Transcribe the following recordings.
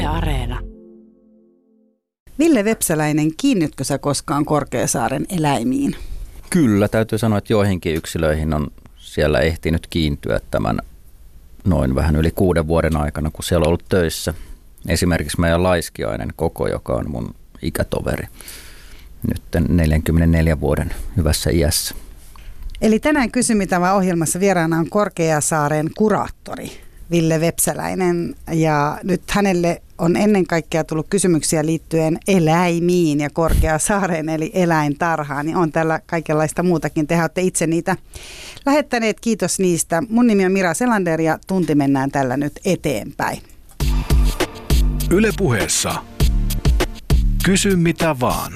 Yle Areena. Ville Vepsäläinen, kiinnytkö sä koskaan Korkeasaaren eläimiin? Kyllä, täytyy sanoa, että joihinkin yksilöihin on siellä ehtinyt kiintyä tämän noin vähän yli 6 vuoden aikana, kun siellä on ollut töissä. Esimerkiksi meidän laiskiainen Koko, joka on mun ikätoveri nyt 44 vuoden hyvässä iässä. Eli tänään Kysymytävä ohjelmassa vieraana on Korkeasaaren kuraattori Ville Vepsäläinen, ja nyt hänelle on ennen kaikkea tullut kysymyksiä liittyen eläimiin ja Korkeasaareen eli eläintarhaan, niin on täällä kaikenlaista muutakin. Te olette itse niitä lähettäneet, kiitos niistä. Mun nimi on Mira Selander ja tunti mennään tällä nyt eteenpäin. Yle Puheessa. Kysy mitä vaan.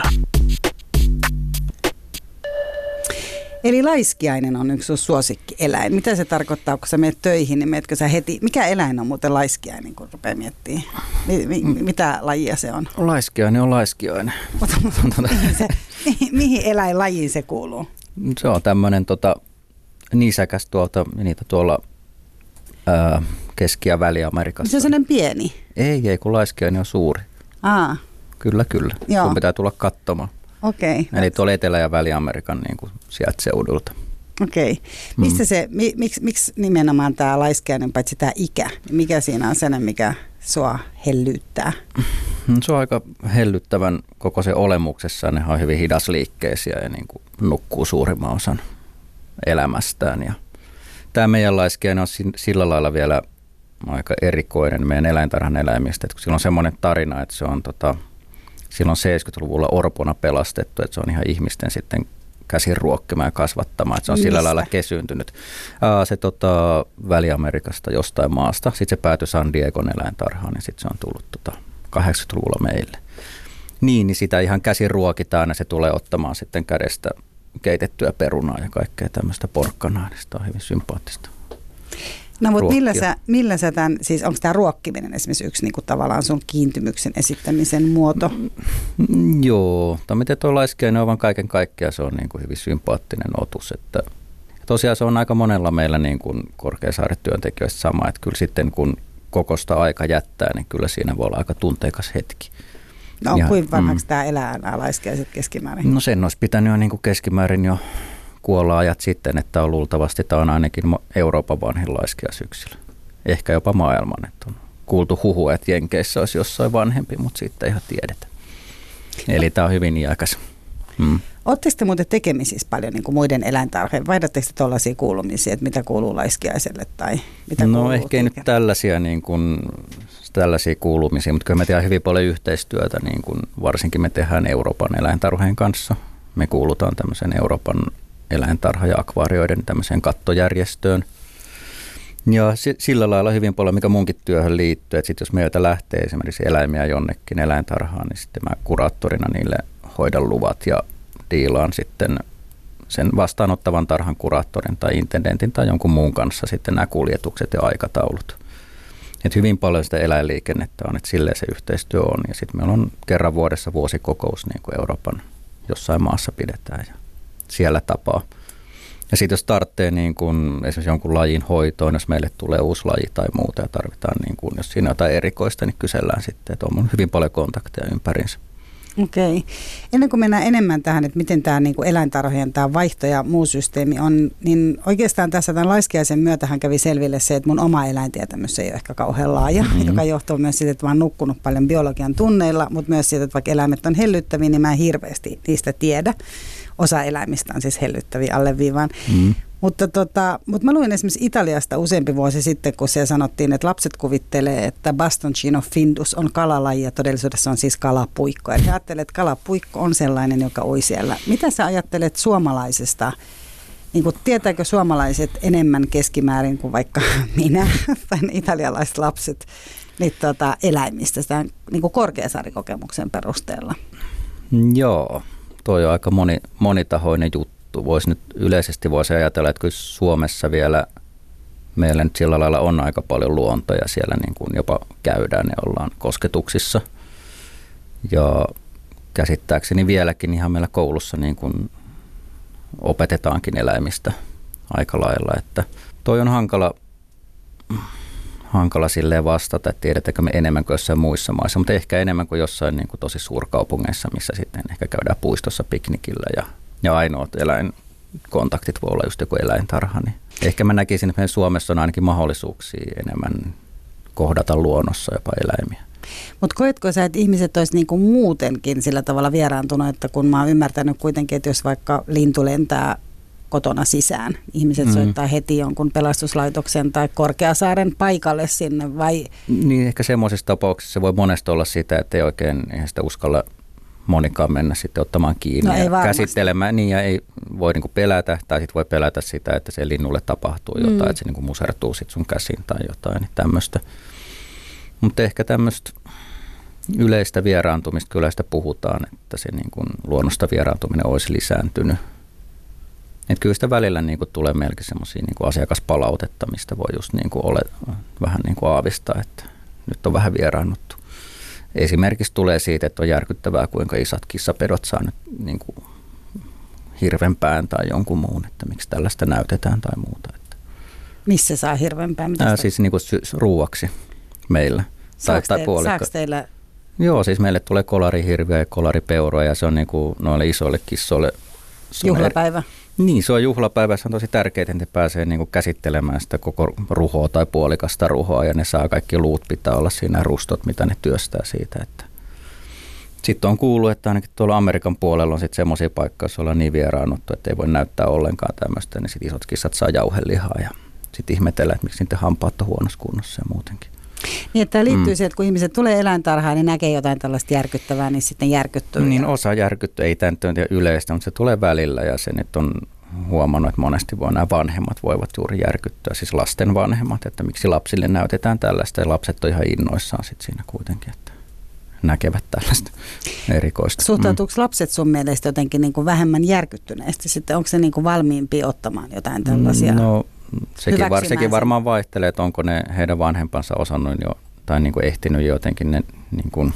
Eli laiskiainen on yksi sun suosikkieläin. Mitä se tarkoittaa, kun sä menet töihin, niin menetkö sä heti? Mikä eläin on muuten laiskiainen, kun rupeaa miettimään? Mitä lajia se on? Laiskiainen on laiskiainen. Mihin eläinlajiin se kuuluu? Se on tämmöinen nisäkäs tuolla Keski- ja Väli-Amerikassa. Se on sellainen pieni? Ei, kun laiskiainen on suuri. Kyllä. Joo. Sun pitää tulla katsomaan. Okei. Eli tuolla Etelä- ja Väli-Amerikan niin kuin sieltä seudulta. Okei. Mistä miksi nimenomaan tämä laiskiainen, paitsi tämä ikä? Mikä siinä on sellainen, mikä sua hellyttää? Se on aika hellyttävän koko se olemuksessaan. Ne on hyvin hidasliikkeisiä ja niin kuin nukkuu suurimman osan elämästään. Ja tämä meidän laiskiainen on sillä lailla vielä aika erikoinen meidän eläintarhan eläimistä. Että kun sillä on semmoinen tarina, että se on silloin 70-luvulla orpona pelastettu, että se on ihan ihmisten sitten käsin ruokkimaan ja kasvattamaan, että se on sillä lailla kesyyntynyt. Se Väli-Amerikasta jostain maasta, sitten se päätyi San Diegon eläintarhaan ja sitten se on tullut 80-luvulla meille. Niin sitä ihan käsin ruokitaan ja se tulee ottamaan sitten kädestä keitettyä perunaa ja kaikkea tämmöistä porkkanaa, niin sitä on hyvin sympaattista. No mutta millä sä tämän, siis onko tämä ruokkiminen esimerkiksi yksi niin kuin tavallaan sun kiintymyksen esittämisen muoto? Joo, tai miten tuo laiskiainen on vaan kaiken kaikkiaan, se on niin kuin hyvin sympaattinen otus, että tosiaan se on aika monella meillä niin kuin Korkeasaaren-työntekijöistä sama, että kyllä sitten kun kokosta aika jättää, niin kyllä siinä voi olla aika tunteikas hetki. No kuinka vanhaksi tämä elää nämä laiskiaiset keskimäärin? No sen olisi pitänyt jo niin kuin keskimäärin jo kuolla ajat sitten, että on luultavasti, tämä on ainakin Euroopan vanhin laiskiaisyksilö. Ehkä jopa maailman. Että on kuultu huhua, että Jenkeissä olisi jossain vanhempi, mutta siitä ei ihan tiedetä. Eli tämä on hyvin iäkäs. Oletteko te muuten tekemisissä paljon niin kuin muiden eläintarhojen? Vaihdatteko te tuollaisia kuulumisia, että mitä kuuluu laiskiaiselle tai mitä kuuluu? No ehkä ei nyt tällaisia kuulumisia, mutta kyllä me tehdään hyvin paljon yhteistyötä, niin kuin varsinkin me tehdään Euroopan eläintarhojen kanssa. Me kuulutaan tämmöisen Euroopan eläintarha- ja akvaarioiden tämmöiseen kattojärjestöön. Ja sillä lailla hyvin paljon, mikä munkin työhön liittyy, että sit jos meiltä lähtee esimerkiksi eläimiä jonnekin eläintarhaan, niin sitten mä kuraattorina niille hoidan luvat ja diilaan sitten sen vastaanottavan tarhan kuraattorin tai intendentin tai jonkun muun kanssa sitten nämä kuljetukset ja aikataulut. Et hyvin paljon sitä eläinliikennettä on, että silleen se yhteistyö on. Ja sitten meillä on kerran vuodessa vuosikokous, niin kuin Euroopan jossain maassa pidetään ja siellä tapaa. Ja sitten jos tarvitsee niin kun esimerkiksi jonkun lajin hoitoon, jos meille tulee uusi laji tai muuta ja tarvitaan, niin kun, jos siinä on jotain erikoista, niin kysellään sitten, että on hyvin paljon kontakteja ympäriinsä. Okei. Ennen kuin mennään enemmän tähän, että miten tämä niin kuin eläintarhojen tämä vaihto ja muu systeemi on, niin oikeastaan tässä tämän laiskiaisen myötähän kävi selville se, että mun oma eläintietämys ei ole ehkä kauhean laaja, joka johtuu myös siitä, että mä oon nukkunut paljon biologian tunneilla, mutta myös siitä, että vaikka eläimet on hellyttäviä, niin mä en hirveästi niistä tiedä. Osa eläimistä on siis hellyttäviä alleviivaan. Mutta mä luin esimerkiksi Italiasta useampi vuosi sitten, kun siellä sanottiin, että lapset kuvittelee, että bastoncino findus on kalalaji ja todellisuudessa on siis kalapuikko. Eli ajattelet, että kalapuikko on sellainen, joka oi siellä. Mitä sä ajattelet suomalaisesta? Niin kuin, tietääkö suomalaiset enemmän keskimäärin kuin vaikka minä tai italialaiset lapset niin eläimistä sitä niin kuin Korkeasaari-kokemuksen perusteella? Joo, toi on aika monitahoinen juttu. Yleisesti voisi ajatella, että kyllä Suomessa vielä meillä nyt sillä lailla on aika paljon luontoa ja siellä niin kuin jopa käydään ja ollaan kosketuksissa. Ja käsittääkseni vieläkin ihan meillä koulussa niin kuin opetetaankin eläimistä aika lailla. Että toi on hankala silleen vastata, että tiedetäänkö me enemmän kuin jossain muissa maissa, mutta ehkä enemmän kuin jossain niin kuin tosi suurkaupungeissa, missä sitten ehkä käydään puistossa piknikillä ja ainoat eläinkontaktit voi olla just joku eläintarha. Niin ehkä mä näkisin, että meidän Suomessa on ainakin mahdollisuuksia enemmän kohdata luonnossa jopa eläimiä. Mutta koetko sä, että ihmiset olisi niinku muutenkin sillä tavalla vieraantunut, että kun mä oon ymmärtänyt kuitenkin, että jos vaikka lintu lentää kotona sisään, ihmiset soittaa heti jonkun pelastuslaitoksen tai Korkeasaaren paikalle sinne vai? Niin ehkä semmoisissa tapauksissa se voi monesti olla sitä, että ei oikein eihän sitä uskalla monikaan mennä sitten ottamaan kiinni ja käsittelemään niin ja ei voi niinku pelätä tai sitten voi pelätä sitä, että se linnulle tapahtuu jotain, että se niinku musertuu sitten sun käsiin tai jotain niin tämmöistä. Mutta ehkä tämmöistä yleistä vieraantumista kyllä sitä puhutaan, että se niin kuin luonnosta vieraantuminen olisi lisääntynyt. Että kyllä sitä välillä niin kuin tulee melkein semmoisia niin kuin asiakaspalautetta, mistä voi just niin kuin vähän niin kuin aavistaa, että nyt on vähän vieraannuttu. Esimerkiksi tulee siitä, että on järkyttävää, kuinka isot kissapedot saa nyt niin kuin hirvenpään tai jonkun muun, että miksi tällaista näytetään tai muuta. Että. Missä saa hirvenpään? Siis niin kuin ruuaksi meillä. Saako teillä? Joo, siis meille tulee kolarihirviä ja kolaripeuroja ja se on niin kuin noille isoille kissoille. Juhlapäivä. Niin, se on juhlapäivä. Se on tosi tärkeää, että ne pääsee niin kuin käsittelemään sitä koko ruhoa tai puolikasta ruhoa ja ne saa kaikki luut pitää olla siinä rustot, mitä ne työstää siitä. Sitten on kuullut, että ainakin tuolla Amerikan puolella on sitten semmoisia paikkoja, joissa ollaan niin vieraannuttu, että ei voi näyttää ollenkaan tämmöistä, niin sitten isot kissat saa jauhelihaa ja sitten ihmetellään, että miksi niiden hampaat on huonossa kunnossa ja muutenkin. Niin, että tämä liittyy siihen, että kun ihmiset tulee eläintarhaan, niin näkee jotain tällaista järkyttävää, niin sitten järkyttyy. Niin osa järkyttyy, ei tämä nyt yleistä, mutta se tulee välillä ja se nyt on huomannut, että monesti nämä vanhemmat voivat juuri järkyttyä, siis lasten vanhemmat, että miksi lapsille näytetään tällaista ja lapset on ihan innoissaan sitten siinä kuitenkin, että näkevät tällaista erikoista. Suhtautuuko lapset sun mielestä jotenkin niin kuin vähemmän järkyttyneesti sitten? Onko se niin kuin valmiimpi ottamaan jotain tällaisia? No sekin varmaan vaihtelee, että onko ne heidän vanhempansa osannut jo tai niin kuin ehtinyt jotenkin ne, niin kuin,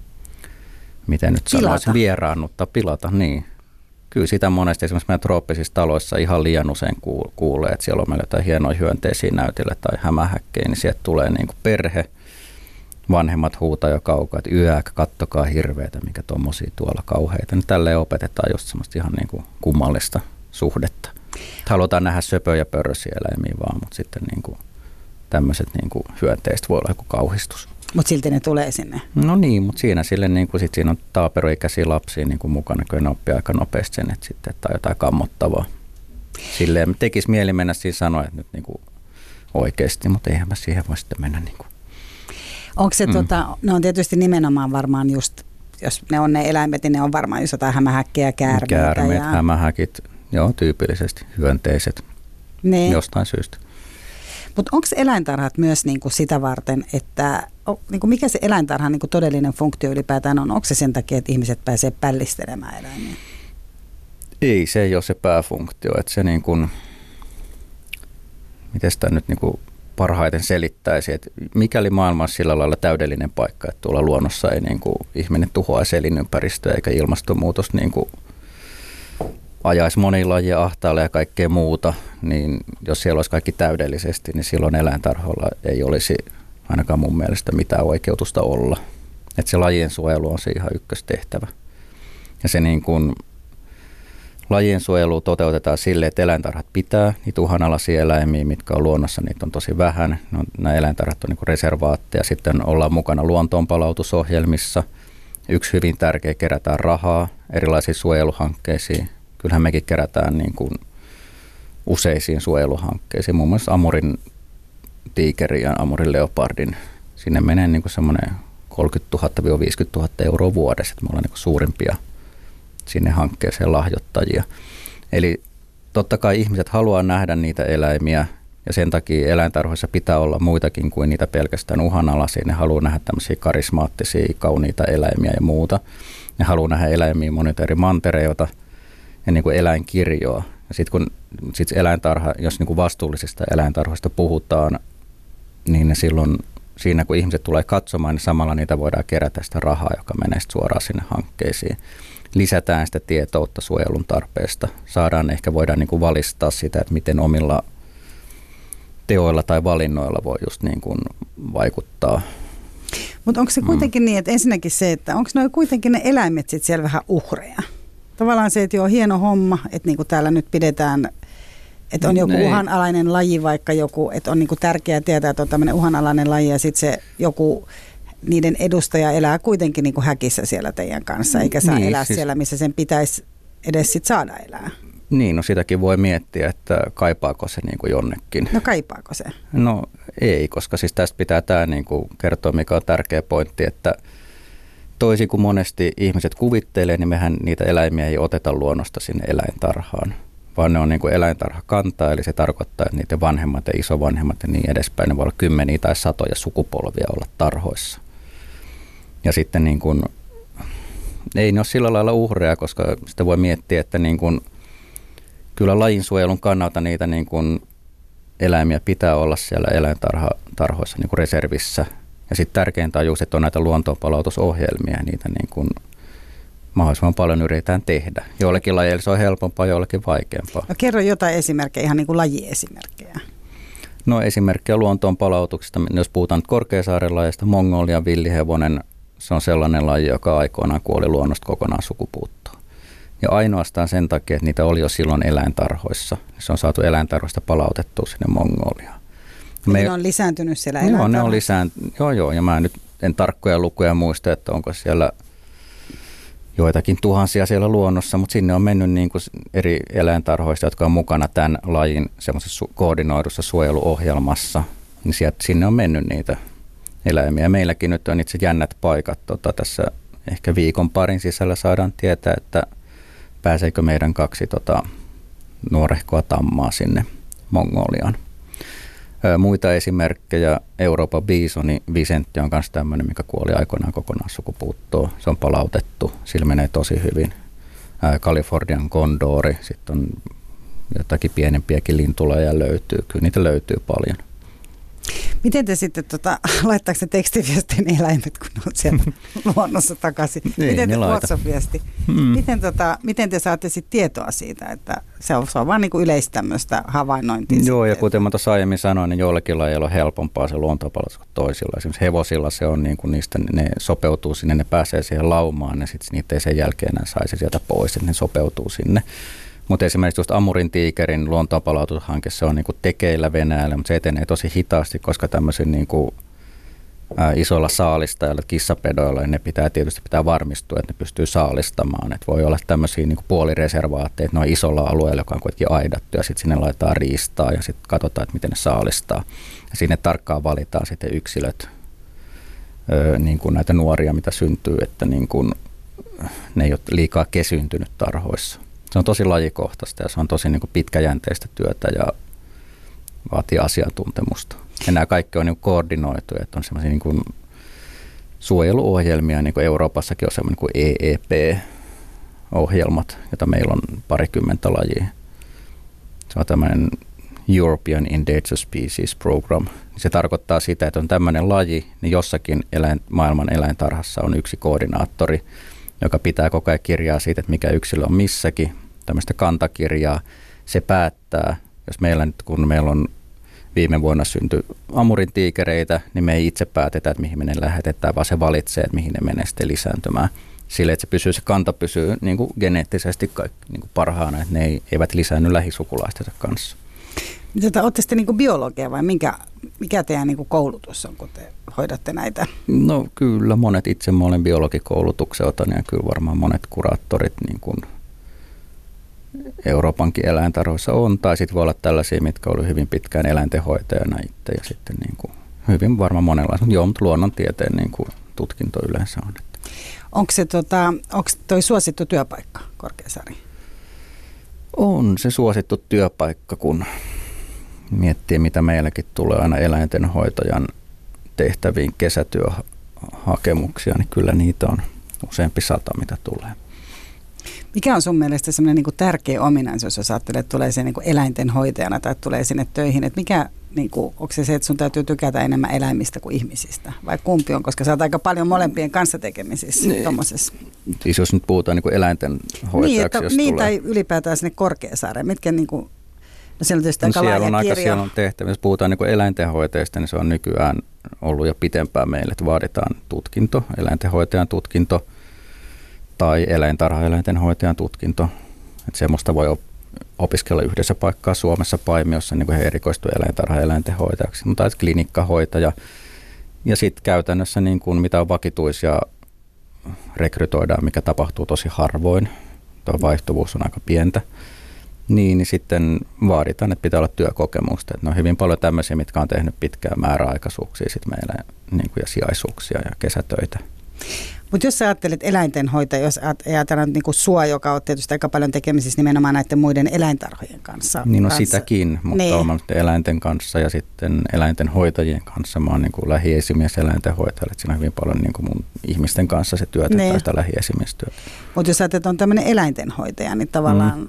miten nyt sanoisi, vieraannuttaa, pilata. Niin. Kyllä sitä monesti esimerkiksi meidän trooppisissa taloissa ihan liian usein kuulee, että siellä on meillä jotain hienoja hyönteisiä näytillä tai hämähäkkejä, niin sieltä tulee niin kuin perhe. Vanhemmat huutaa jo kaukaa, että yääkä, kattokaa hirveitä, mikä tommosia tuolla kauheita. Niin tälleen opetetaan just semmoista ihan niin kuin kummallista suhdetta. Halutaan nähdä söpöjä pörrösiä eläimiä vaan, mutta sitten niin kuin tämmöiset niin kuin hyönteistä voi olla joku kauhistus. Mutta silti ne tulee sinne. No niin, mutta siinä sille niin kuin sit siinä on taaperoikäisiä lapsia niin kuin mukana, kun ne oppii aika nopeasti sen, että sitten että on jotain kammottavaa. Silleen tekisi mieli mennä siinä sanoa, että nyt niin kuin oikeasti, mutta eihän mä siihen voi sitten mennä niin kuin. Onko se, ne on tietysti nimenomaan varmaan just, jos ne on ne eläimet, niin ne on varmaan just jotain hämähäkkiä, käärmeitä. Käärmeet, hämähäkit, joo, tyypillisesti hyönteiset jostain syystä. Mutta onko eläintarhat myös niinku sitä varten, että niinku mikä se eläintarhan niinku todellinen funktio ylipäätään on? Onko se sen takia, että ihmiset pääsee pällistelemään eläimiä? Ei, se ei ole se pääfunktio. Että se niin kuin, miten sitä nyt niin kuin parhaiten selittäisi, että mikäli maailma on sillä lailla täydellinen paikka, että tuolla luonnossa ei niin kuin ihminen tuhoaisi elinympäristöä eikä ilmastonmuutos niin kuin ajaisi monia lajia ahtaalle ja kaikkea muuta, niin jos siellä olisi kaikki täydellisesti, niin silloin eläintarhoilla ei olisi ainakaan mun mielestä mitään oikeutusta olla. Että se lajien suojelu on se ihan ykköstehtävä. Ja se niin kuin lajien suojelu toteutetaan silleen, että eläintarhat pitää niitä uhanalaisia eläimiä, mitkä on luonnossa, niitä on tosi vähän. No, nämä eläintarhat on niin kuin reservaatteja. Sitten ollaan mukana luontoonpalautusohjelmissa. Yksi hyvin tärkeä, kerätään rahaa erilaisiin suojeluhankkeisiin. Kyllähän mekin kerätään niin kuin useisiin suojeluhankkeisiin, muun muassa Amurin tiikerin ja Amurin leopardin. Sinne menee niin kuin semmoinen 30 000–50 000 euroa vuodessa, että me ollaan niin kuin suurimpia sinne hankkeeseen lahjoittajia. Eli totta kai ihmiset haluaa nähdä niitä eläimiä ja sen takia eläintarhoissa pitää olla muitakin kuin niitä pelkästään uhanalaisia. Ne haluaa nähdä tämmöisiä karismaattisia, kauniita eläimiä ja muuta. Ne haluaa nähdä eläimiä monilta eri mantereilta ja niin kuin eläinkirjoa. Ja sitten kun eläintarha, jos niin kuin vastuullisista eläintarhoista puhutaan, niin ne silloin siinä kun ihmiset tulee katsomaan, niin samalla niitä voidaan kerätä sitä rahaa, joka menee suoraan sinne hankkeisiin. Lisätään sitä tietoutta suojelun tarpeesta. Voidaan niin kuin valistaa sitä, että miten omilla teoilla tai valinnoilla voi just niin kuin vaikuttaa. Mutta onko se kuitenkin niin, että ensinnäkin se, että onko ne kuitenkin ne eläimet sitten siellä vähän uhreja? Tavallaan se, että joo, hieno homma, että niin kuin täällä nyt pidetään, että on joku uhanalainen laji, vaikka joku, että on niin kuin tärkeää tietää, että on tämmöinen uhanalainen laji ja sitten se joku niiden edustaja elää kuitenkin niin kuin häkissä siellä teidän kanssa, eikä saa elää siellä, missä sen pitäisi edes sit saada elää. Niin, no sitäkin voi miettiä, että kaipaako se niin kuin jonnekin. No kaipaako se? No ei, koska siis tästä pitää tämä niin kuin kertoa, mikä on tärkeä pointti, että toisin kuin monesti ihmiset kuvittelee, niin mehän niitä eläimiä ei oteta luonnosta sinne eläintarhaan, vaan ne on niin kuin eläintarhakantaa, eli se tarkoittaa, että niiden vanhemmat ja isovanhemmat ja niin edespäin, ne voi olla kymmeniä tai satoja sukupolvia olla tarhoissa. Ja sitten niin kuin, ei ne ole sillä lailla uhreja, koska sitä voi miettiä, että niin kuin, kyllä lajinsuojelun kannalta niitä niin kuin eläimiä pitää olla siellä eläintarhoissa niin kuin reservissä. Ja sitten tärkeintä on just, että on näitä luontoonpalautusohjelmia, niitä niin kuin mahdollisimman paljon yritetään tehdä. Joillekin lajeille se on helpompaa, joillekin vaikeampaa. No kerro jotain esimerkkejä, ihan niin kuin lajiesimerkkejä. No esimerkkejä luontoonpalautuksista, jos puhutaan nyt Korkeasaaren lajista, Mongolian villihevonen, se on sellainen laji, joka aikoinaan kuoli luonnosta kokonaan sukupuuttoon. Ja ainoastaan sen takia, että niitä oli jo silloin eläintarhoissa. Se on saatu eläintarhoista palautettua sinne Mongoliaan. Ne on lisääntynyt siellä eläintarhoissa? Joo, ne on lisääntynyt. Joo, ja mä nyt en tarkkoja lukuja muista, että onko siellä joitakin tuhansia siellä luonnossa, mutta sinne on mennyt niin kuin eri eläintarhoista, jotka on mukana tämän lajin semmoisessa koordinoidussa suojeluohjelmassa. Niin sinne on mennyt niitä eläimiä. Meilläkin nyt on itse jännät paikat. Tässä ehkä viikon parin sisällä saadaan tietää, että pääseekö meidän 2 nuorehkoa tammaa sinne Mongoliaan. Muita esimerkkejä, Euroopan biisoni, Visentti on myös tämmöinen, mikä kuoli aikoinaan kokonaan sukupuuttoon. Se on palautettu, sillä menee tosi hyvin. Kalifornian kondori, sitten on jotakin pienempiäkin lintulajeja löytyy, kyllä niitä löytyy paljon. Miten te sitten, laittaako se tekstiviestin eläimet, kun ne on siellä luonnossa takaisin? Niin, miten te WhatsApp-viesti? Miten te saatte sitten tietoa siitä, että se on vaan niin kuin yleistä tämmöistä havainnointia? Joo, ja kuten mä tuossa aiemmin sanoin, niin joillakin lajeilla on helpompaa se luontopalautus kuin toisilla. Esimerkiksi hevosilla se on niin kuin niistä, ne sopeutuu sinne, ne pääsee siihen laumaan ja sitten niitä ei sen jälkeen enää saisi sieltä pois, että ne sopeutuu sinne. Mutta esimerkiksi just Amurin tiikerin luontoonpalautushanke, se on niinku tekeillä Venäjällä, mutta se etenee tosi hitaasti, koska tämmöisen niinku, isoilla saalistajilla, kissapedoilla, niin ne pitää varmistua, että ne pystyy saalistamaan. Et voi olla tämmöisiä niinku puolireservaatteja, että ne on isolla alueella, joka on kuitenkin aidattu, ja sitten sinne laitetaan riistaa, ja sitten katsotaan, että miten ne saalistaa. Ja sinne tarkkaan valitaan sitten yksilöt, niin kuin näitä nuoria, mitä syntyy, että niin kuin, ne ei ole liikaa kesyntynyt tarhoissa. Se on tosi lajikohtaista ja se on tosi niin kuin pitkäjänteistä työtä ja vaatii asiantuntemusta. Ja nämä kaikki on niin kuin koordinoituja, että on sellaisia niin kuin suojeluohjelmia, niin kuin Euroopassakin on sellainen kuin EEP-ohjelmat, jota meillä on 20 lajia. Se on tämmöinen European Endangered Species Program. Se tarkoittaa sitä, että on tämmöinen laji, niin jossakin maailman eläintarhassa on yksi koordinaattori, joka pitää koko ajan kirjaa siitä, että mikä yksilö on missäkin, tämmöistä kantakirjaa. Se päättää, jos kun meillä on viime vuonna syntyi Amurin tiikereitä, niin me ei itse päätetä, että mihin me ne lähetetään, vaan se valitsee, että mihin ne menee sitten lisääntymään. Sille, että se kanta pysyy niin kuin geneettisesti niin kuin parhaana, että ne eivät lisäänny lähisukulaisten kanssa. Olette sitten niin kuin biologia vai mikä teidän niin kuin koulutus on, kun te hoidatte näitä? No kyllä, monet itse mä olen biologikoulutuksen otan ja kyllä varmaan monet kuraattorit niin kuin Euroopankin eläintarhoissa on. Tai sitten voi olla tällaisia, mitkä oli hyvin pitkään eläintenhoitajana itse ja sitten niin kuin hyvin varmaan monenlaisia. Joo, mutta luonnontieteen niin kuin tutkinto yleensä on. Onko toi suosittu työpaikka, Korkeasaari? On se suosittu työpaikka, kun miettii, mitä meilläkin tulee aina eläintenhoitajan tehtäviin kesätyöhakemuksia, niin kyllä niitä on useampi 100, mitä tulee. Mikä on sun mielestä semmoinen niin kuin tärkeä ominaisuus, jos ajattelee, että tulee niin kuin eläintenhoitajana tai tulee sinne töihin, että mikä, niin kuin, onko se, että sun täytyy tykätä enemmän eläimistä kuin ihmisistä, vai kumpi on, koska sä oot aika paljon molempien kanssa tekemisissä tommosessa. Siis jos nyt puhutaan niin kuin eläintenhoitajaksi, jos niin, tulee. Tai ylipäätään sinne Korkeasaareen, mitkä niin kuin, No siellä on tietysti aika siellä on laaja aika kirjo. siellä on tehtävä. Jos puhutaan niin kuin eläintenhoitajista, niin se on nykyään ollut jo pitempään meille, että vaaditaan tutkinto, eläintenhoitajan tutkinto tai eläintarhaeläintenhoitajan tutkinto. Että semmoista voi opiskella yhdessä paikkaa Suomessa Paimiossa, niin kuin he erikoistuivat eläintarhaeläintenhoitajaksi, mutta klinikkahoitaja. Ja sitten käytännössä niin kuin mitä on vakituisia rekrytoidaan, mikä tapahtuu tosi harvoin. Tuo vaihtuvuus on aika pientä. Niin sitten vaaditaan, että pitää olla työkokemusta. Että ne on hyvin paljon tämmöisiä, mitkä on tehnyt pitkää määräaikaisuuksia sit meillä niin kuin ja sijaisuuksia ja kesätöitä. Mutta jos sä ajattelet eläintenhoitaja, jos ajatellaan niin kuin sua, joka on tietysti aika paljon tekemisissä nimenomaan näiden muiden eläintarhojen kanssa. Niin no sitäkin, mutta niin. Olen eläinten kanssa ja sitten eläintenhoitajien kanssa. Mä oon niin kuin lähiesimies eläintenhoitajalle. Siinä on hyvin paljon niin kuin mun ihmisten kanssa se työtä tai sitä lähiesimiestyötä. Mutta jos ajattelet, että on tämmöinen eläintenhoitaja, niin tavallaan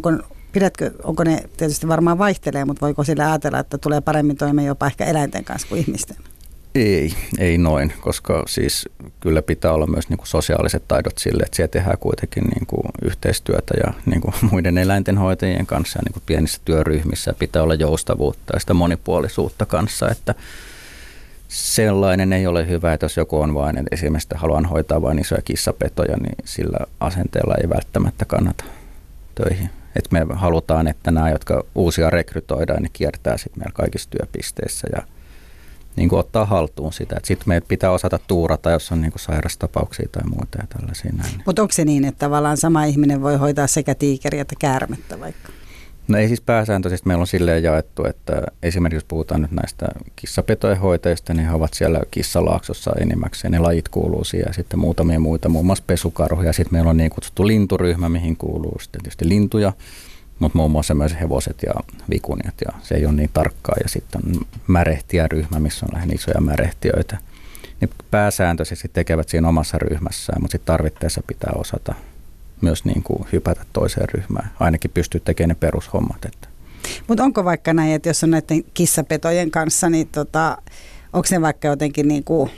onko ne tietysti varmaan vaihtelee, mutta voiko sillä ajatella, että tulee paremmin toimeen jopa ehkä eläinten kanssa kuin ihmisten? Ei noin, koska siis kyllä pitää olla myös niin kuin sosiaaliset taidot sille, että siellä tehdään kuitenkin niin kuin yhteistyötä ja niin kuin muiden eläintenhoitajien kanssa ja niin kuin pienissä työryhmissä pitää olla joustavuutta ja sitä monipuolisuutta kanssa, että sellainen ei ole hyvä, että jos joku on vain, että esimerkiksi haluan hoitaa vain isoja kissapetoja, niin sillä asenteella ei välttämättä kannata töihin. Että me halutaan, että nämä, jotka uusia rekrytoidaan, ne kiertää sitten meillä kaikissa työpisteissä ja niin kuin ottaa haltuun sitä. Sitten meidän pitää osata tuurata, jos on niin kuin sairastapauksia tai muuta ja tällaisia näin. Mutta onko se niin, että tavallaan sama ihminen voi hoitaa sekä tiikeriä että käärmettä vaikka? No ei siis pääsääntöisesti. Meillä on silleen jaettu, että esimerkiksi jos puhutaan nyt näistä kissapetojen hoitajista, niin he ovat siellä kissalaaksossa enimmäkseen. Ne lajit kuuluu siihen ja sitten muutamia muita, muun muassa pesukarhuja. Sitten meillä on niin kutsuttu linturyhmä, mihin kuuluu sitten tietysti lintuja, mutta muun muassa myös hevoset ja vikunjat, ja se ei ole niin tarkkaa. Ja sitten on märehtijäryhmä, missä on lähinnä isoja märehtiöitä. Niin pääsääntöisesti tekevät siinä omassa ryhmässään, mutta sitten tarvittaessa pitää osata myös niin kuin hypätä toiseen ryhmään. Ainakin pystyy tekemään ne perushommat. Mutta onko vaikka näin, että jos on näiden kissapetojen kanssa, niin onko ne vaikka jotenkin niin kuin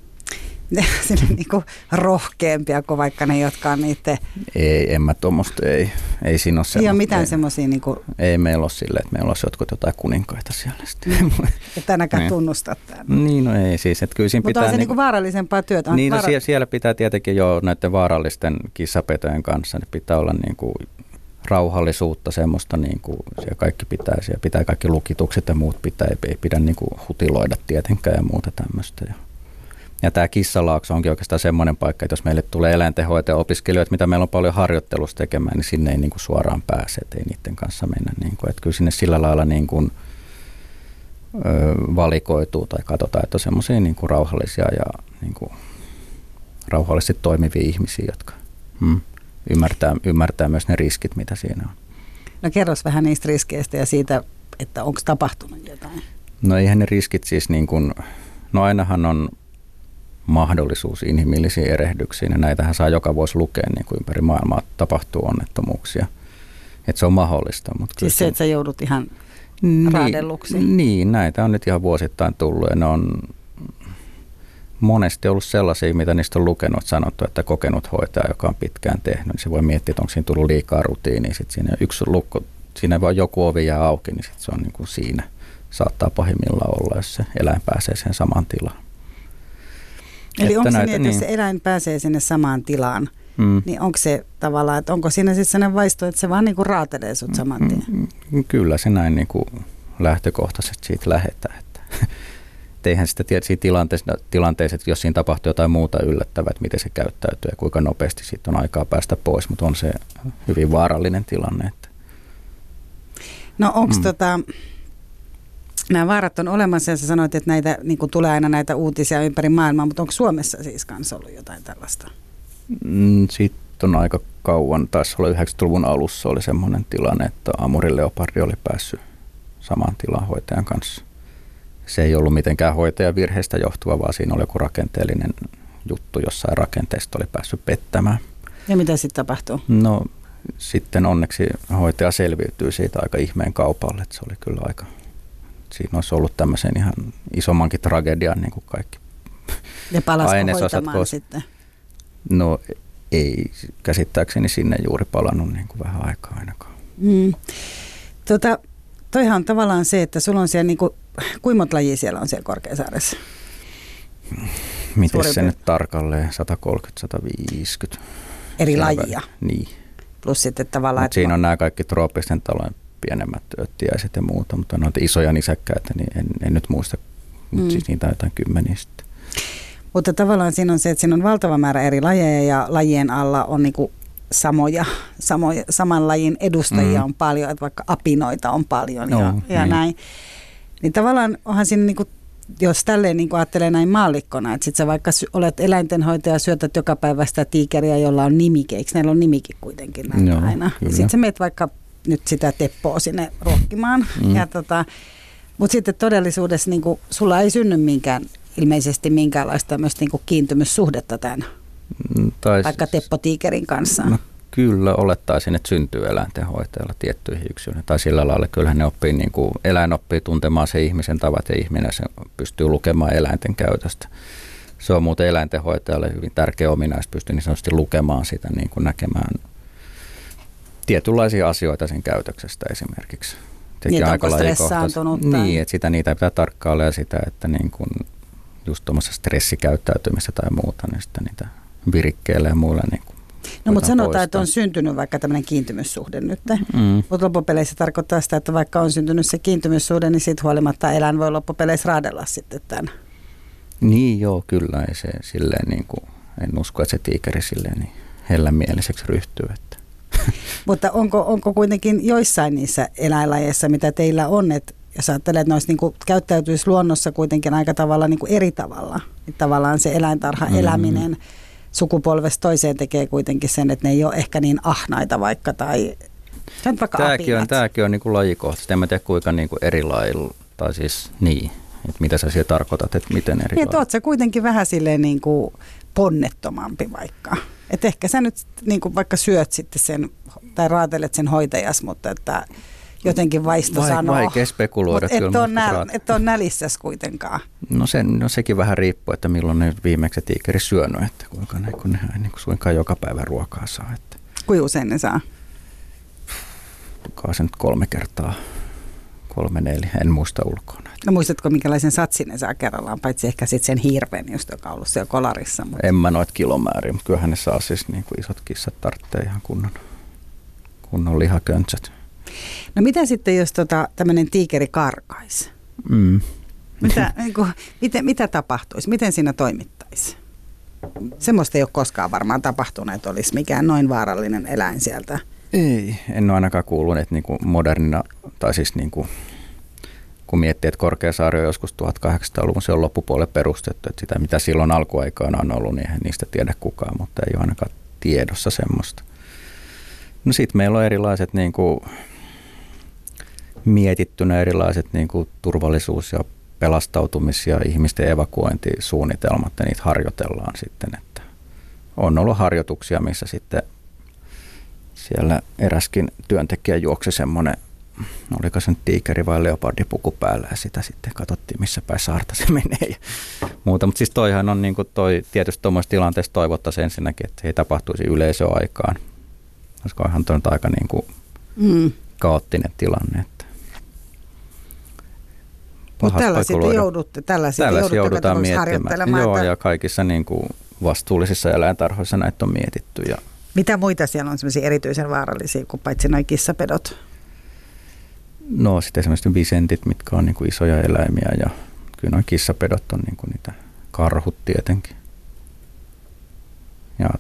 rohkeampia kuin vaikka ne, jotka on niiden... Ei, en mä tuommoista, ei siinä ole semmoista. Ei ole mitään semmoisia niin kuin... Ei meillä ole silleen, että meillä olisi jotain kuninkaita siellä sitten. Että ainakaan tunnustaa tämän. Niin, no ei siis, että kyllä siinä mutta pitää... on se niin kuin vaarallisempaa työtä. Niin, siellä pitää tietenkin jo näiden vaarallisten kissapetojen kanssa, niin pitää olla niin kuin rauhallisuutta, semmoista niin kuin siellä kaikki pitää kaikki lukitukset ja muut ei pidä niin kuin hutiloida tietenkään ja muuta tämmöistä. Ja tämä kissalaakso onkin oikeastaan semmoinen paikka, että jos meille tulee eläintenhoitaja-opiskelijoita, mitä meillä on paljon harjoittelussa tekemään, niin sinne ei niin kuin suoraan pääse, että ei niiden kanssa mennä. Niin kuin, että kyllä sinne sillä lailla niin kuin, valikoituu tai katsotaan, että on semmoisia niin kuin rauhallisia ja niin kuin, rauhallisesti toimivia ihmisiä, jotka ymmärtää myös ne riskit, mitä siinä on. No kerros vähän niistä riskeistä ja siitä, että onko tapahtunut jotain. No eihän ne riskit siis niin kuin, no ainahan on mahdollisuus inhimillisiin erehdyksiin ja näitähän saa joka vuosi lukea niin kuin ympäri maailmaa tapahtuu onnettomuuksia. Että se on mahdollista. Mutta siis se, että sä joudut ihan raadelluksi. Niin, näitä on nyt ihan vuosittain tullut ja ne on monesti ollut sellaisia, mitä niistä on lukenut, sanottu, että kokenut hoitaja, joka on pitkään tehnyt, niin se voi miettiä, että onko siinä tullut liikaa rutiinia. Sitten siinä yksi lukko, siinä vaan joku ovi jää auki, niin sitten se on niin kuin siinä. Saattaa pahimmillaan olla, jos se eläin pääsee siihen samaan tilaan. Eli onko se niin, että jos se eläin pääsee sinne samaan tilaan, niin onko se tavallaan, että onko siinä sitten sellainen vaisto, että se vaan niin kuin raatelee sut saman tien? Kyllä se näin niin kuin lähtökohtaisesti siitä lähdetään. Eihän sitä tiedä siinä tilanteessa, että jos siinä tapahtuu jotain muuta yllättävää, että miten se käyttäytyy ja kuinka nopeasti siitä on aikaa päästä pois, mutta on se hyvin vaarallinen tilanne. Että. No onko nämä vaarat on olemassa ja sä sanoit, että näitä, niin kuin tulee aina näitä uutisia ympäri maailmaa, mutta onko Suomessa siis kanssa ollut jotain tällaista? Sitten on aika kauan, taisi olla 90-luvun alussa oli semmoinen tilanne, että amurileopardi oli päässyt samaan tilaan hoitajan kanssa. Se ei ollut mitenkään hoitajan virheestä johtuva, vaan siinä oli joku rakenteellinen juttu, jossain rakenteesta oli päässyt pettämään. Ja mitä sitten tapahtuu? No sitten onneksi hoitaja selviytyi siitä aika ihmeen kaupalle, että se oli kyllä aika... Siinä olisi ollut tämmöisen ihan isommankin tragedian niin kuin kaikki ja palasiko hoitamaan sitten? No ei käsittääkseni sinne juuri palannut niin kuin vähän aikaa ainakaan. Toihan on tavallaan se, että sulla on siellä niinku, kuinka monta lajia siellä on siellä Korkeasaaressa? Miten se nyt tarkalleen? 130-150. Eri lajia? Niin. Plus sitten tavallaan... Siinä on nämä kaikki trooppisten talojen pienemmät öttiäiset ja muuta, mutta noita isoja nisäkkäitä, niin en nyt muista, mutta siis niitä on jotain kymmeniä sitten. Mutta tavallaan siinä on se, että siinä on valtava määrä eri lajeja ja lajien alla on niinku saman lajin edustajia on paljon, että vaikka apinoita on paljon ja niin. Näin. Niin tavallaan onhan siinä, niinku, jos tälleen niinku ajattelee näin maallikkona, että sit sä vaikka olet eläintenhoitaja ja syötät joka päivä sitä tiikeriä, jolla on nimike, eikö näillä on nimikin kuitenkin näin aina. Sitten sä meet vaikka nyt sitä teppoa sinne ruokkimaan. Mutta sitten todellisuudessa niinku, sulla ei synny ilmeisesti minkäänlaista tämmöistä niinku kiintymyssuhdetta tämän vaikka teppotiikerin kanssa. No, kyllä olettaisin, että syntyy eläintenhoitajalla tiettyihin yksilöihin. Tai sillä lailla kyllähän ne oppii, niinku, eläin oppii tuntemaan se ihmisen tavat ja ihminen se pystyy lukemaan eläinten käytöstä. Se on muuten eläintenhoitajalle hyvin tärkeä ominaisuus, pystyy niin sanotusti lukemaan sitä, niin kuin näkemään tietynlaisia asioita sen käytöksestä esimerkiksi. Niin, onko stressaantunut? Niin, että niitä pitää tarkkailla ja sitä, että niin kuin just tuommoista stressikäyttäytymistä tai muuta, niin sitten niitä virikkeillä ja muilla niin kuin no mutta sanotaan, poistaa. Että on syntynyt vaikka tämmöinen kiintymyssuhde nyt, mutta loppupeleissä tarkoittaa sitä, että vaikka on syntynyt se kiintymyssuhde, niin siitä huolimatta eläin voi loppupeleissä raadella sitten tämän. Niin joo, kyllä ei se silleen niin kuin, en usko, että se tiikeri silleen niin hellämieliseksi ryhtyy, että. Mutta onko kuitenkin joissain niissä eläinlajeissa, mitä teillä on, että jos ajattelee, että noissa niin käyttäytyisi luonnossa kuitenkin aika tavalla niin eri tavalla, niin tavallaan se eläintarha eläminen sukupolvesta toiseen tekee kuitenkin sen, että ne ei ole ehkä niin ahnaita vaikka tai vaikka Tämäkin on niin kuin lajikohtaisesti. En mä tiedä kuinka niin kuin eri lailla, tai siis niin, että mitä sä siellä tarkoitat, että miten eri lailla. Niin, oot sä kuitenkin vähän silleen niin kuin ponnettomampi vaikka. Että ehkä sä nyt niin kuin vaikka syöt sitten sen tai raatelet sen hoitajas, mutta että jotenkin vaisto sanoo. Vaikea spekuloida. Et ole nälissäs kuitenkaan. No sekin vähän riippuu, että milloin ne viimeksi tiikeri syönyt, että kuinka ne, kun nehän niin suinkaan joka päivä ruokaa saa. Että. Kuinka usein ne saa? Tukaa se nyt 3 kertaa, 3-4, en muista ulkoa. No muistatko, minkälaisen satsin ne saa kerrallaan, paitsi ehkä sitten sen hirven, just joka on ollut siellä kolarissa. Mutta. En mä noita kilomääriä, mutta kyllähän ne saa siis niin kuin isot kissat tarvitsee ihan kunnon lihaköntsät. No mitä sitten, jos tämmöinen tiikeri karkaisi? Mitä tapahtuisi? Miten siinä toimittaisi? Semmoista ei ole koskaan varmaan tapahtunut, että olisi mikään noin vaarallinen eläin sieltä. Ei, en ole ainakaan kuullut, että niin kuin modernina, tai siis niin kuin, kun miettii, että Korkeasaari on joskus 1800-luvun, se on loppupuolelle perustettu, että sitä mitä silloin alkuaikaan on ollut, niin eihän niistä tiedä kukaan, mutta ei ole ainakaan tiedossa semmoista. No sitten meillä on erilaiset niin kuin, mietittynä erilaiset niin kuin turvallisuus- ja pelastautumis- ja ihmisten evakuointisuunnitelmat, ja niitä harjoitellaan sitten. Että on ollut harjoituksia, missä sitten siellä eräskin työntekijä juoksi semmoinen, oliko se nyt tiikeri vai leopardipuku päällä, ja sitä sitten katsottiin, missä päin saarta se menee ja muuta. Mutta siis toihan on niin kuin tietysti tuommoisessa tilanteessa toivottaisiin ensinnäkin, että se ei tapahtuisi yleisöaikaan. Olisikohan tuo aika niin kuin kaoottinen tilanne. Mutta tällaisia joudutaan miettimään. Joo, ja kaikissa niin kuin vastuullisissa eläintarhoissa näitä on mietitty. Ja mitä muita siellä on sellaisia erityisen vaarallisia kuin paitsi nuo kissapedot? No sitten esimerkiksi visentit, mitkä on niin kuin isoja eläimiä, ja kyllä nuo kissapedot on niin kuin niitä karhut tietenkin. Ja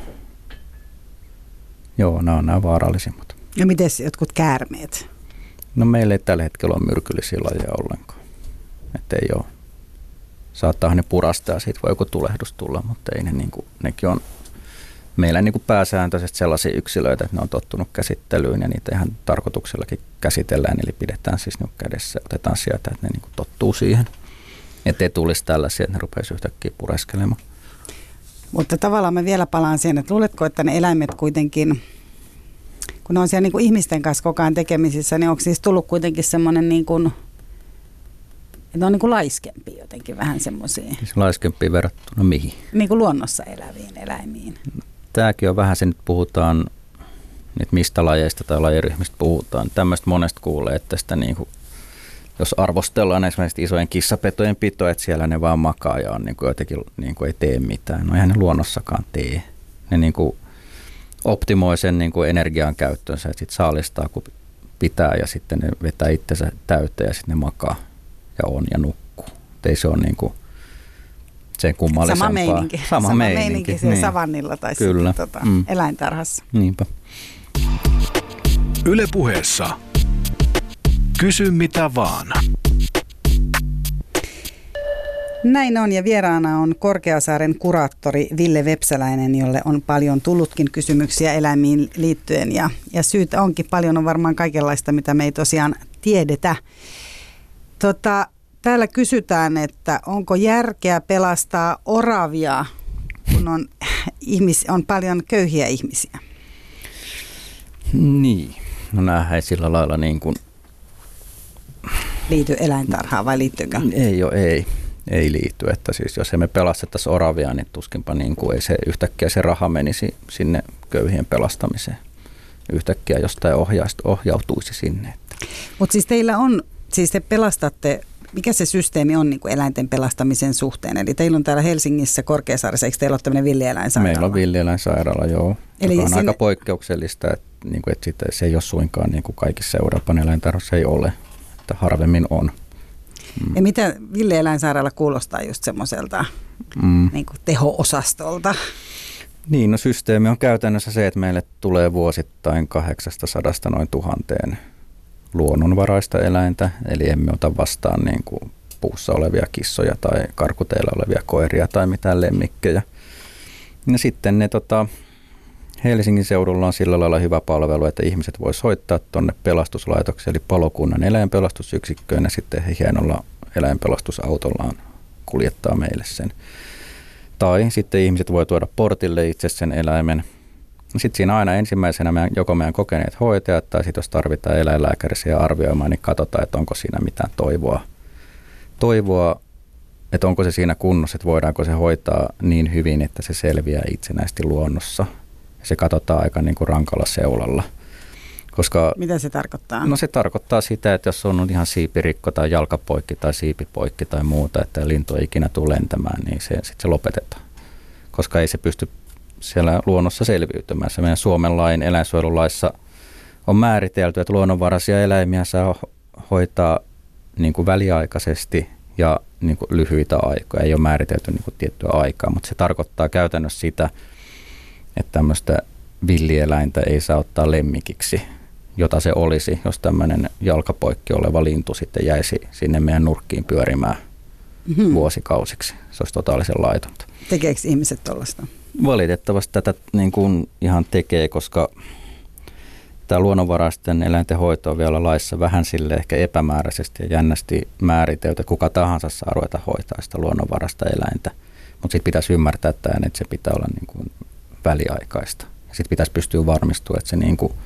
joo, nämä on nämä vaarallisimmat. Ja miten jotkut käärmeet? No meillä ei tällä hetkellä ole myrkyllisiä lajeja ollenkaan. Että ei ole. Saattaa ne purastaa ja siitä voi joku tulehdus tulla, mutta ei ne niin kuin, nekin on meillä niin kuin pääsääntöisesti sellaisia yksilöitä, että ne on tottunut käsittelyyn ja niitä ihan tarkoituksellakin käsitellään, eli pidetään siis nyt kädessä, otetaan sieltä, että ne niin kuin tottuu siihen. Että ei tulisi tällaisia, että ne rupeaisi yhtäkkiä pureskelemaan. Mutta tavallaan mä vielä palaan siihen, että luuletko, että ne eläimet kuitenkin, kun ne on siellä niin kuin ihmisten kanssa koko ajan tekemisissä, niin onko siis tullut kuitenkin semmoinen, niin kuin, että ne on niin kuin laiskempia jotenkin vähän semmoisia? Siis laiskempia verrattuna mihin? Niin kuin luonnossa eläviin eläimiin. Tämäkin on vähän, se nyt puhutaan nyt mistä lajeista tai lajiryhmistä puhutaan. Tämmöistä monesta kuulee, että sitä niin kuin, jos arvostellaan esimerkiksi isojen kissapetojen pitoa, että siellä ne vaan makaa ja on niin kuin jotenkin niin kuin ei tee mitään. No eihän ne luonnossakaan tee. Ne niin kuin optimoi sen niin kuin energian käyttönsä, että sitten saalistaa kun pitää ja sitten ne vetää itsensä täyteen ja sitten ne makaa ja on ja nukkuu. Ei se on niin kuin sen kummallisempaa. Sama meininki siellä niin. Savannilla tai kyllä. Sitten eläintarhassa. Niinpä. Yle Puheessa. Kysy mitä vaan. Näin on, ja vieraana on Korkeasaaren kuraattori Ville Vepsäläinen, jolle on paljon tullutkin kysymyksiä eläimiin liittyen. Ja syytä onkin paljon, on varmaan kaikenlaista, mitä me ei tosiaan tiedetä. Täällä kysytään, että onko järkeä pelastaa oravia, kun on paljon köyhiä ihmisiä? Niin, no näähän ei sillä lailla niin kuin liity eläintarhaan vai liittyykö? Ei liity, että siis jos emme pelastettaisi oravia, niin tuskinpa niin kuin ei se yhtäkkiä se raha menisi sinne köyhien pelastamiseen. Yhtäkkiä jostain ohjautuisi sinne. Mutta siis teillä on, siis te pelastatte, mikä se systeemi on niin kuin eläinten pelastamisen suhteen? Eli teillä on täällä Helsingissä Korkeasaaressa, eikö teillä ole tämmöinen villieläinsairaala? Meillä on villieläinsairaala, joo. Eli joka on aika poikkeuksellista, että se ei ole suinkaan niin kuin kaikissa Euroopan eläintarhoissa ei ole, että harvemmin on. Ja mitä villieläinsairaala kuulostaa just semmoiselta niin kuin teho-osastolta? Niin, no systeemi on käytännössä se, että meille tulee vuosittain 800 noin 1000 luonnonvaraista eläintä, eli emme ota vastaan niin kuin puussa olevia kissoja tai karkuteilla olevia koiria tai mitään lemmikkejä. Ja sitten ne Helsingin seudulla on sillä lailla hyvä palvelu, että ihmiset voi soittaa tuonne pelastuslaitokseen, eli palokunnan eläinpelastusyksikköön, ja sitten he hienolla eläinpelastusautollaan kuljettaa meille sen. Tai sitten ihmiset voi tuoda portille itse sen eläimen. Sitten siinä aina ensimmäisenä joko meidän kokeneet hoitajat, tai sitten jos tarvitaan eläinlääkäriä arvioimaan, niin katsotaan, että onko siinä mitään toivoa, että onko se siinä kunnossa, että voidaanko se hoitaa niin hyvin, että se selviää itsenäisesti luonnossa. Se katsotaan aika niin kuin rankalla seulalla. Koska, mitä se tarkoittaa? No se tarkoittaa sitä, että jos on ihan siipirikko tai jalkapoikki tai siipipoikki tai muuta, että lintu ei ikinä tule lentämään, niin sitten se lopetetaan. Koska ei se pysty siellä luonnossa selviytymään. Se meidän Suomen lain eläinsuojelulaissa on määritelty, että luonnonvaraisia eläimiä saa hoitaa niin kuin väliaikaisesti ja niin kuin lyhyitä aikoja. Ei ole määritelty niin kuin tiettyä aikaa, mutta se tarkoittaa käytännössä sitä, että tämmöistä villieläintä ei saa ottaa lemmikiksi, jota se olisi, jos tämmöinen jalkapoikki oleva lintu sitten jäisi sinne meidän nurkkiin pyörimään vuosikausiksi. Se olisi totaalisen laitonta. Tekeekö ihmiset tuollaista? Valitettavasti tätä niin kuin ihan tekee, koska tämä luonnonvaraisten eläinten hoito on vielä laissa vähän sille ehkä epämääräisesti ja jännästi määritelty, että kuka tahansa saa ruveta hoitaa sitä luonnonvarasta eläintä. Mutta sitten pitäisi ymmärtää, että se pitää olla niin kuin väliaikaista. Sitten pitäisi pystyä varmistumaan, että se niin kuin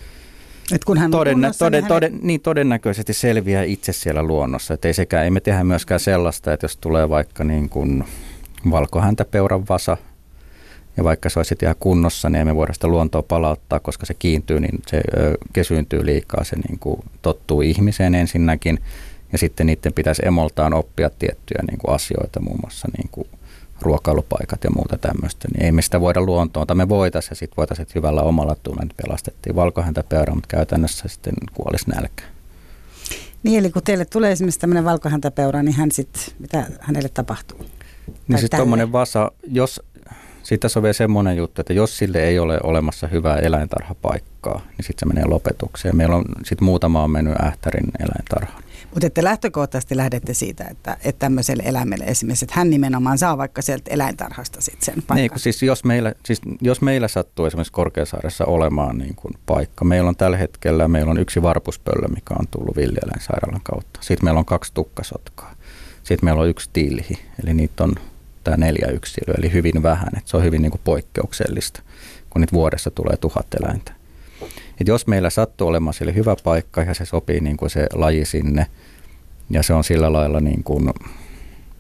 todennäköisesti selviää itse siellä luonnossa. Että ei me tehdä myöskään sellaista, että jos tulee vaikka niin kuin valkohäntäpeuran vasa, ja vaikka se olisi ihan kunnossa, niin emme voida sitä luontoa palauttaa, koska se kiintyy, niin se kesyyntyy liikaa, se niin kuin tottuu ihmiseen ensinnäkin, ja sitten niiden pitäisi emoltaan oppia tiettyjä niin kuin asioita, muun muassa niin kuin ruokailupaikat ja muuta tämmöistä, niin ei me sitä voida luontoon, tai me voitaisiin, ja sitten voitaisiin hyvällä omalla tunnella pelastettiin valkohäntäpeura, mutta käytännössä sitten kuolisi nälkään. Niin, eli kun teille tulee esimerkiksi tämmöinen valkohäntäpeura, niin mitä hänelle tapahtuu? Niin siis tuommoinen vasa, sitten tässä on vielä semmoinen juttu, että jos sille ei ole olemassa hyvää eläintarhapaikkaa, niin sitten se menee lopetukseen. Meillä on sitten muutama on mennyt Ähtärin eläintarhaan. Mutta että lähtökohtaisesti lähdette siitä, että tämmöiselle eläimelle esimerkiksi, että hän nimenomaan saa vaikka sieltä eläintarhasta sitten sen paikan. Niin, siis jos meillä sattuu esimerkiksi Korkeasaaressa olemaan niin kuin paikka. Meillä on tällä hetkellä yksi varpuspöllö, mikä on tullut villieläinsairaalan kautta. Sitten meillä on 2 tukkasotkaa. Sitten meillä on 1 tilhi, eli niitä on tämä 4 yksilöä, eli hyvin vähän. Että se on hyvin niin kuin poikkeuksellista, kun niitä vuodessa tulee 1000 eläintä. Et jos meillä sattuu olemaan sille hyvä paikka ja se sopii niin kuin se laji sinne ja se on sillä lailla niin kuin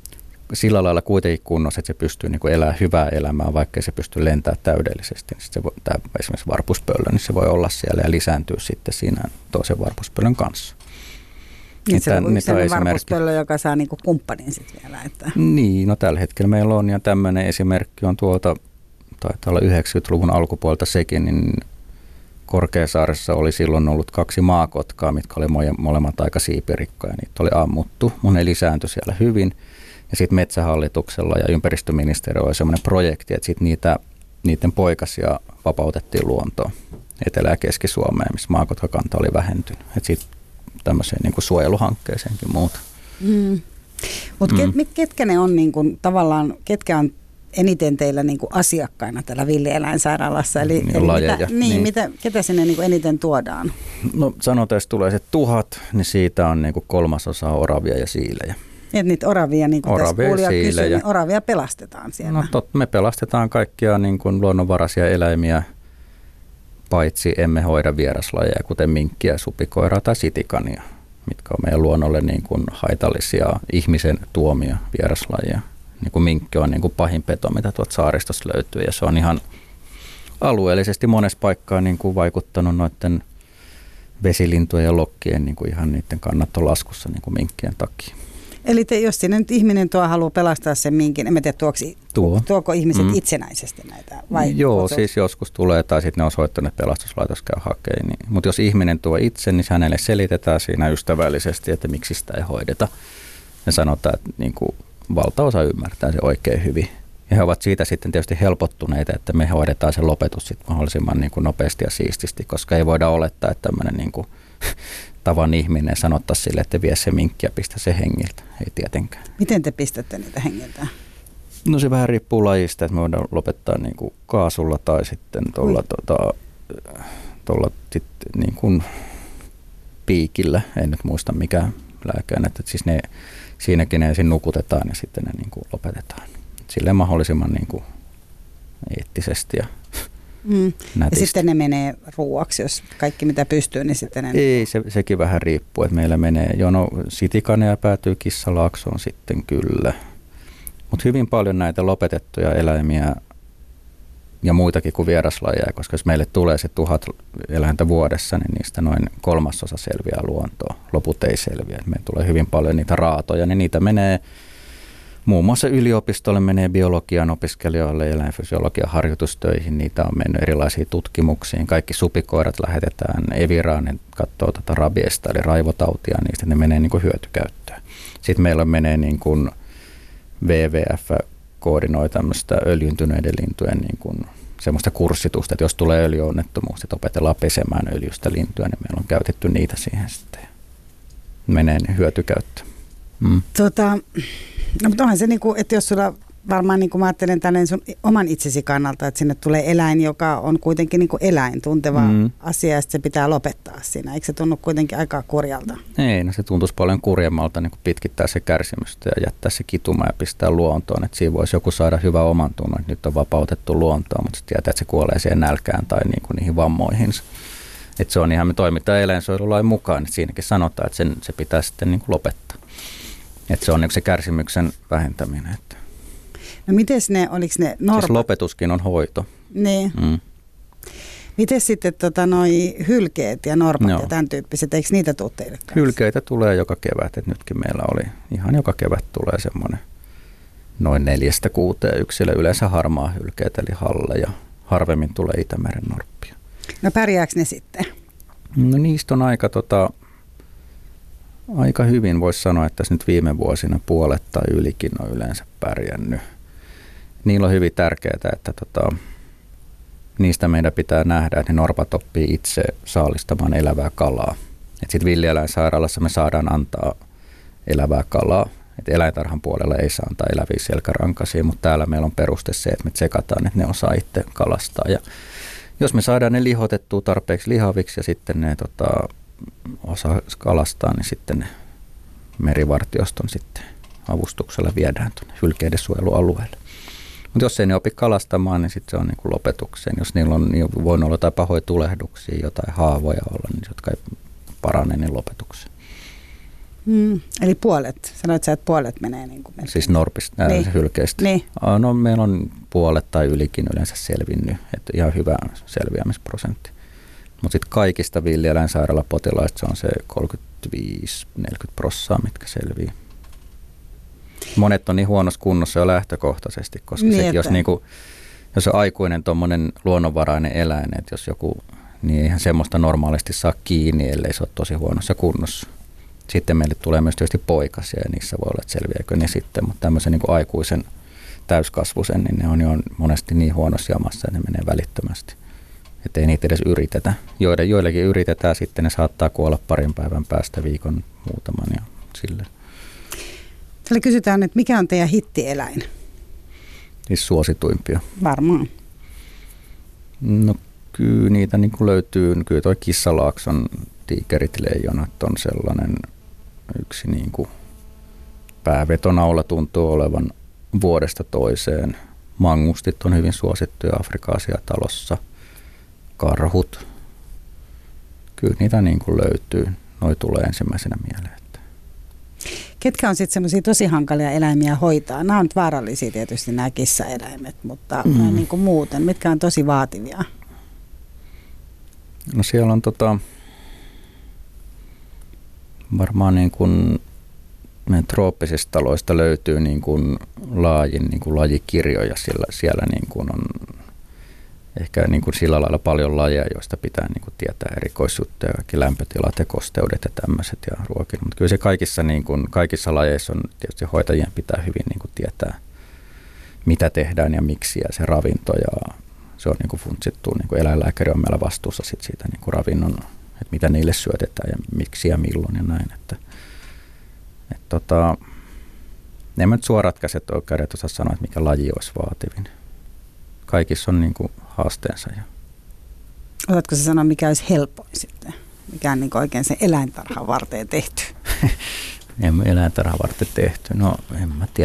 sillä lailla kuitenkin kunnossa, että se pystyy niin kuin elämään hyvää elämää, vaikka se pystyy lentämään täydellisesti. Niin se voi, esimerkiksi varpuspöllö, niin se voi olla siellä ja lisääntyä sitten siinä toisen varpuspöllön kanssa. Niin se on sellainen varpuspöllö, joka saa niinku kumppanin sitten vielä. Että. Niin, no tällä hetkellä meillä on, ja tämmöinen esimerkki on tuolta, taitaa olla 90-luvun alkupuolelta sekin, niin Korkeasaaressa oli silloin ollut 2 maakotkaa, mitkä oli molemmat aika siipirikkoja. Niitä oli ammuttu, mun ne lisääntyi siellä hyvin. Ja sitten Metsähallituksella ja ympäristöministeriöllä oli semmoinen projekti, että sitten niiden poikasia vapautettiin luontoon Etelä- ja Keski-Suomeen, missä maakotkakanta oli vähentynyt. Että sitten tämmöiseen niin kuin suojeluhankkeeseenkin muuta. Mutta ketkä ne on niin kuin, tavallaan, ketkä on eniten teillä niin kuin asiakkaina täällä villieläinsairaalassa? Eli lajeja. Ketä sinne niin kuin eniten tuodaan? No sanotaan, jos tulee se 1000, niin siitä on niin kuin 1/3 oravia ja siilejä. Että niitä oravia, niin kuin tässä kuulija kysyy, niin oravia pelastetaan siellä. No me pelastetaan kaikkia niin kuin luonnonvaraisia eläimiä, paitsi emme hoida vieraslajeja, kuten minkkiä, supikoiraa tai sitikania, mitkä on meidän luonnolle niin kuin haitallisia ihmisen tuomia vieraslajeja. Niin kuin minkki on niin kuin pahin peto, mitä tuolta saaristossa löytyy, ja se on ihan alueellisesti monessa paikkaa niin kuin vaikuttanut noiden vesilintujen ja lokkien niin kuin ihan niiden kannat on laskussa niin kuin minkkien takia. Eli jos sinne nyt ihminen haluaa pelastaa sen minkin, en mä tiedä tuoko ihmiset itsenäisesti näitä? Vai joo, siis joskus tulee tai sitten ne on soittanut, että pelastuslaitos käy hakemaan. Niin. Mutta jos ihminen tuo itse, niin hänelle selitetään siinä ystävällisesti, että miksi sitä ei hoideta. Ja sanotaan, että niin kuin valtaosa ymmärtää se oikein hyvin. Ja he ovat siitä sitten tietysti helpottuneita, että me hoidetaan se lopetus sitten mahdollisimman niin kuin nopeasti ja siististi, koska ei voida olettaa, että tämmöinen niin kuin tavan ihminen sanottaisi sille, että vie se minkki ja pistä se hengiltä. Ei tietenkään. Miten te pistätte niitä hengiltä? No se vähän riippuu lajista, että me voidaan lopettaa niin kuin kaasulla tai sitten tuolla niin kuin piikillä. En nyt muista mikä lääkään, että siis siinäkin ne ensin nukutetaan ja sitten ne niin kuin lopetetaan. Silleen mahdollisimman niin kuin eettisesti ja nätisti. Ja sitten ne menee ruuaksi, jos kaikki mitä pystyy, niin sitten ne... Ei, sekin vähän riippuu, että meillä menee sitikaneja päätyy kissalaaksoon sitten kyllä. Mutta hyvin paljon näitä lopetettuja eläimiä ja muitakin kuin vieraslajeja, koska jos meille tulee se 1000 eläintä vuodessa, niin niistä noin 1/3 selviää luontoon. Loput ei selviä. Meille tulee hyvin paljon niitä raatoja, niin niitä menee muun muassa yliopistolle, menee biologian opiskelijoille, eläinfysiologian harjoitustöihin. Niitä on mennyt erilaisiin tutkimuksiin. Kaikki supikoirat lähetetään Eviraan, ne katsoo rabiesta eli raivotautia, niistä ne menee niin kuin hyötykäyttöön. Sitten meillä menee niin kuin WWF koordinoi tämmöistä öljyntyneiden lintujen niin kuin semmoista kurssitusta, että jos tulee öljyonnettomuus, että opetellaan pesemään öljystä lintuja, niin meillä on käytetty niitä siihen sitten. Menee hyötykäyttöön. No mutta onhan se, niin kuin, että jos sulla varmaan, niin kuin mä ajattelen tälleen sun oman itsesi kannalta, että sinne tulee eläin, joka on kuitenkin niin kuin eläin tunteva asia, ja se pitää lopettaa siinä. Eikö se tunnu kuitenkin aika kurjalta? Ei, no se tuntuisi paljon kurjemmalta niin kuin pitkittää se kärsimystä ja jättää se kituma ja pistää luontoon. Että siinä voisi joku saada hyvä oman tunnon, että nyt on vapautettu luontoon, mutta se tietää, että se kuolee siihen nälkään tai niin kuin niihin vammoihinsa. Että se on ihan, me toimitaan eläinsuojelulain mukaan, että siinäkin sanotaan, että se pitää sitten niin kuin lopettaa. Että se on niin se kärsimyksen vähentäminen. Että. No mites oliko ne norpat? Siis lopetuskin on hoito. Niin. Miten sitten noi hylkeet ja norpat ja tämän tyyppiset, eikö niitä tule teille kanssa? Hylkeitä tulee joka kevät, että nytkin meillä oli ihan joka kevät tulee semmoinen noin 4-6 yksilö, yleensä harmaa hylkeet eli halle ja harvemmin tulee Itämeren norppia. No pärjääkö ne sitten? No niistä on aika hyvin voisi sanoa, että tässä nyt viime vuosina puolet tai ylikin on yleensä pärjännyt. Niillä on hyvin tärkeää, että niistä meidän pitää nähdä, että ne norpat oppii itse saalistamaan elävää kalaa. Sitten villieläinsairaalassa me saadaan antaa elävää kalaa. Et eläintarhan puolella ei saa antaa eläviä selkärankaisia, mutta täällä meillä on peruste se, että me tsekataan, että ne osaa itse kalastaa. Ja jos me saadaan ne lihotettua tarpeeksi lihaviksi ja sitten ne osaa kalastaa, niin sitten ne merivartioston sitten avustuksella viedään tuonne hylkeiden suojelualueelle. Mutta jos ei ne opi kalastamaan, niin sitten se on niin kuin lopetukseen. Jos niillä on voinut olla jotain pahoja tulehduksia, jotain haavoja olla, niin jotka ei parane, niin lopetukseen. Eli puolet, sanoit sä, että puolet menee niin kuin melkein. Siis norpista, Niin. hylkeistä. Niin. No meillä on puolet tai ylikin yleensä selvinnyt, että ihan hyvä selviämisprosentti. Mutta sitten kaikista villieläinsairaalapotilaista se on se 35-40%, mitkä selviää. Monet on niin huonossa kunnossa jo lähtökohtaisesti, koska Niin, sekin, jos on aikuinen tuommoinen luonnonvarainen eläin, että jos joku, niin eihän semmoista normaalisti saa kiinni, ellei se ole tosi huonossa kunnossa. Sitten meille tulee myös tietysti poikasia ja niissä voi olla, että selviääkö ne sitten, mutta tämmöisen niin kuin aikuisen täyskasvuisen, niin ne on jo monesti niin huonossa jamassa, että ne menee välittömästi. Että ei niitä edes yritetä. Joillekin yritetään, sitten ne saattaa kuolla parin päivän päästä, viikon muutaman ja silleen. Täällä kysytään, että mikä on teidän hittieläin? Siis suosituimpia. Varmaan. No kyllä niitä niin kuin löytyy. Kyllä tuo Kissalaakson tiikerit, leijonat on sellainen yksi niin kuin päävetonaula tuntuu olevan vuodesta toiseen. Mangustit on hyvin suosittuja Afrikaasia talossa. Karhut. Kyllä niitä niin kuin löytyy. Noi tulee ensimmäisenä mieleen. Ketkä on sitten semmoisia tosi hankalia eläimiä hoitaa? Nämä on nyt vaarallisia tietysti nämä kissaeläimet, mutta niin kuin muuten, mitkä on tosi vaativia? No siellä on varmaan niin kuin meidän trooppisista taloista löytyy niin kuin laajin niin kuin lajikirjoja. Siellä niin kuin on ehkä niin kuin sillä lailla paljon lajeja, joista pitää niin kuin tietää erikoisjuttuja, kaikki lämpötilat ja kosteudet ja tämmöiset ja ruokinnat. Mutta kyllä se kaikissa lajeissa on tietysti hoitajien pitää hyvin niin kuin tietää, mitä tehdään ja miksi ja se ravinto. Ja se on niin kuin funtsittu, niin kuin eläinlääkäri on meillä vastuussa siitä niin kuin ravinnon, että mitä niille syötetään ja miksi ja milloin ja näin. En mä nyt suoratkäiset oikein osaa sanoa, että mikä laji olisi vaativin. Kaikissa on niin kuin haasteensa. Osaatko sä sanoa, mikä olisi helpoin sitten? Mikä on niin kuin oikein se eläintarhan varten tehty? En eläintarhan varten tehty. No en mä tiedä .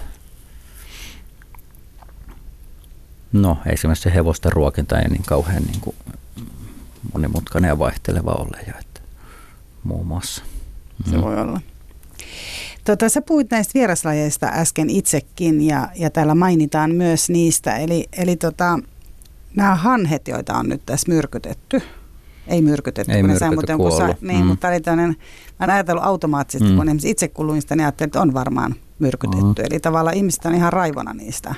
No esimerkiksi se hevosten ruokinta ei niin kauhean niin kuin monimutkainen ja vaihteleva ole. Että muun muassa. Se voi olla. Sä puhuit näistä vieraslajeista äsken itsekin ja täällä mainitaan myös niistä. Eli nämä hanhet, joita on nyt tässä myrkytetty. Ei myrkytetty, ei kun myrkytetty, ne sai kuollut. mutta oli tämmöinen, mä oon ajatellut automaattisesti, kun itse kun luin sitä, niin ajattelin, että on varmaan myrkytetty. Eli tavallaan ihmiset on ihan raivona niistä.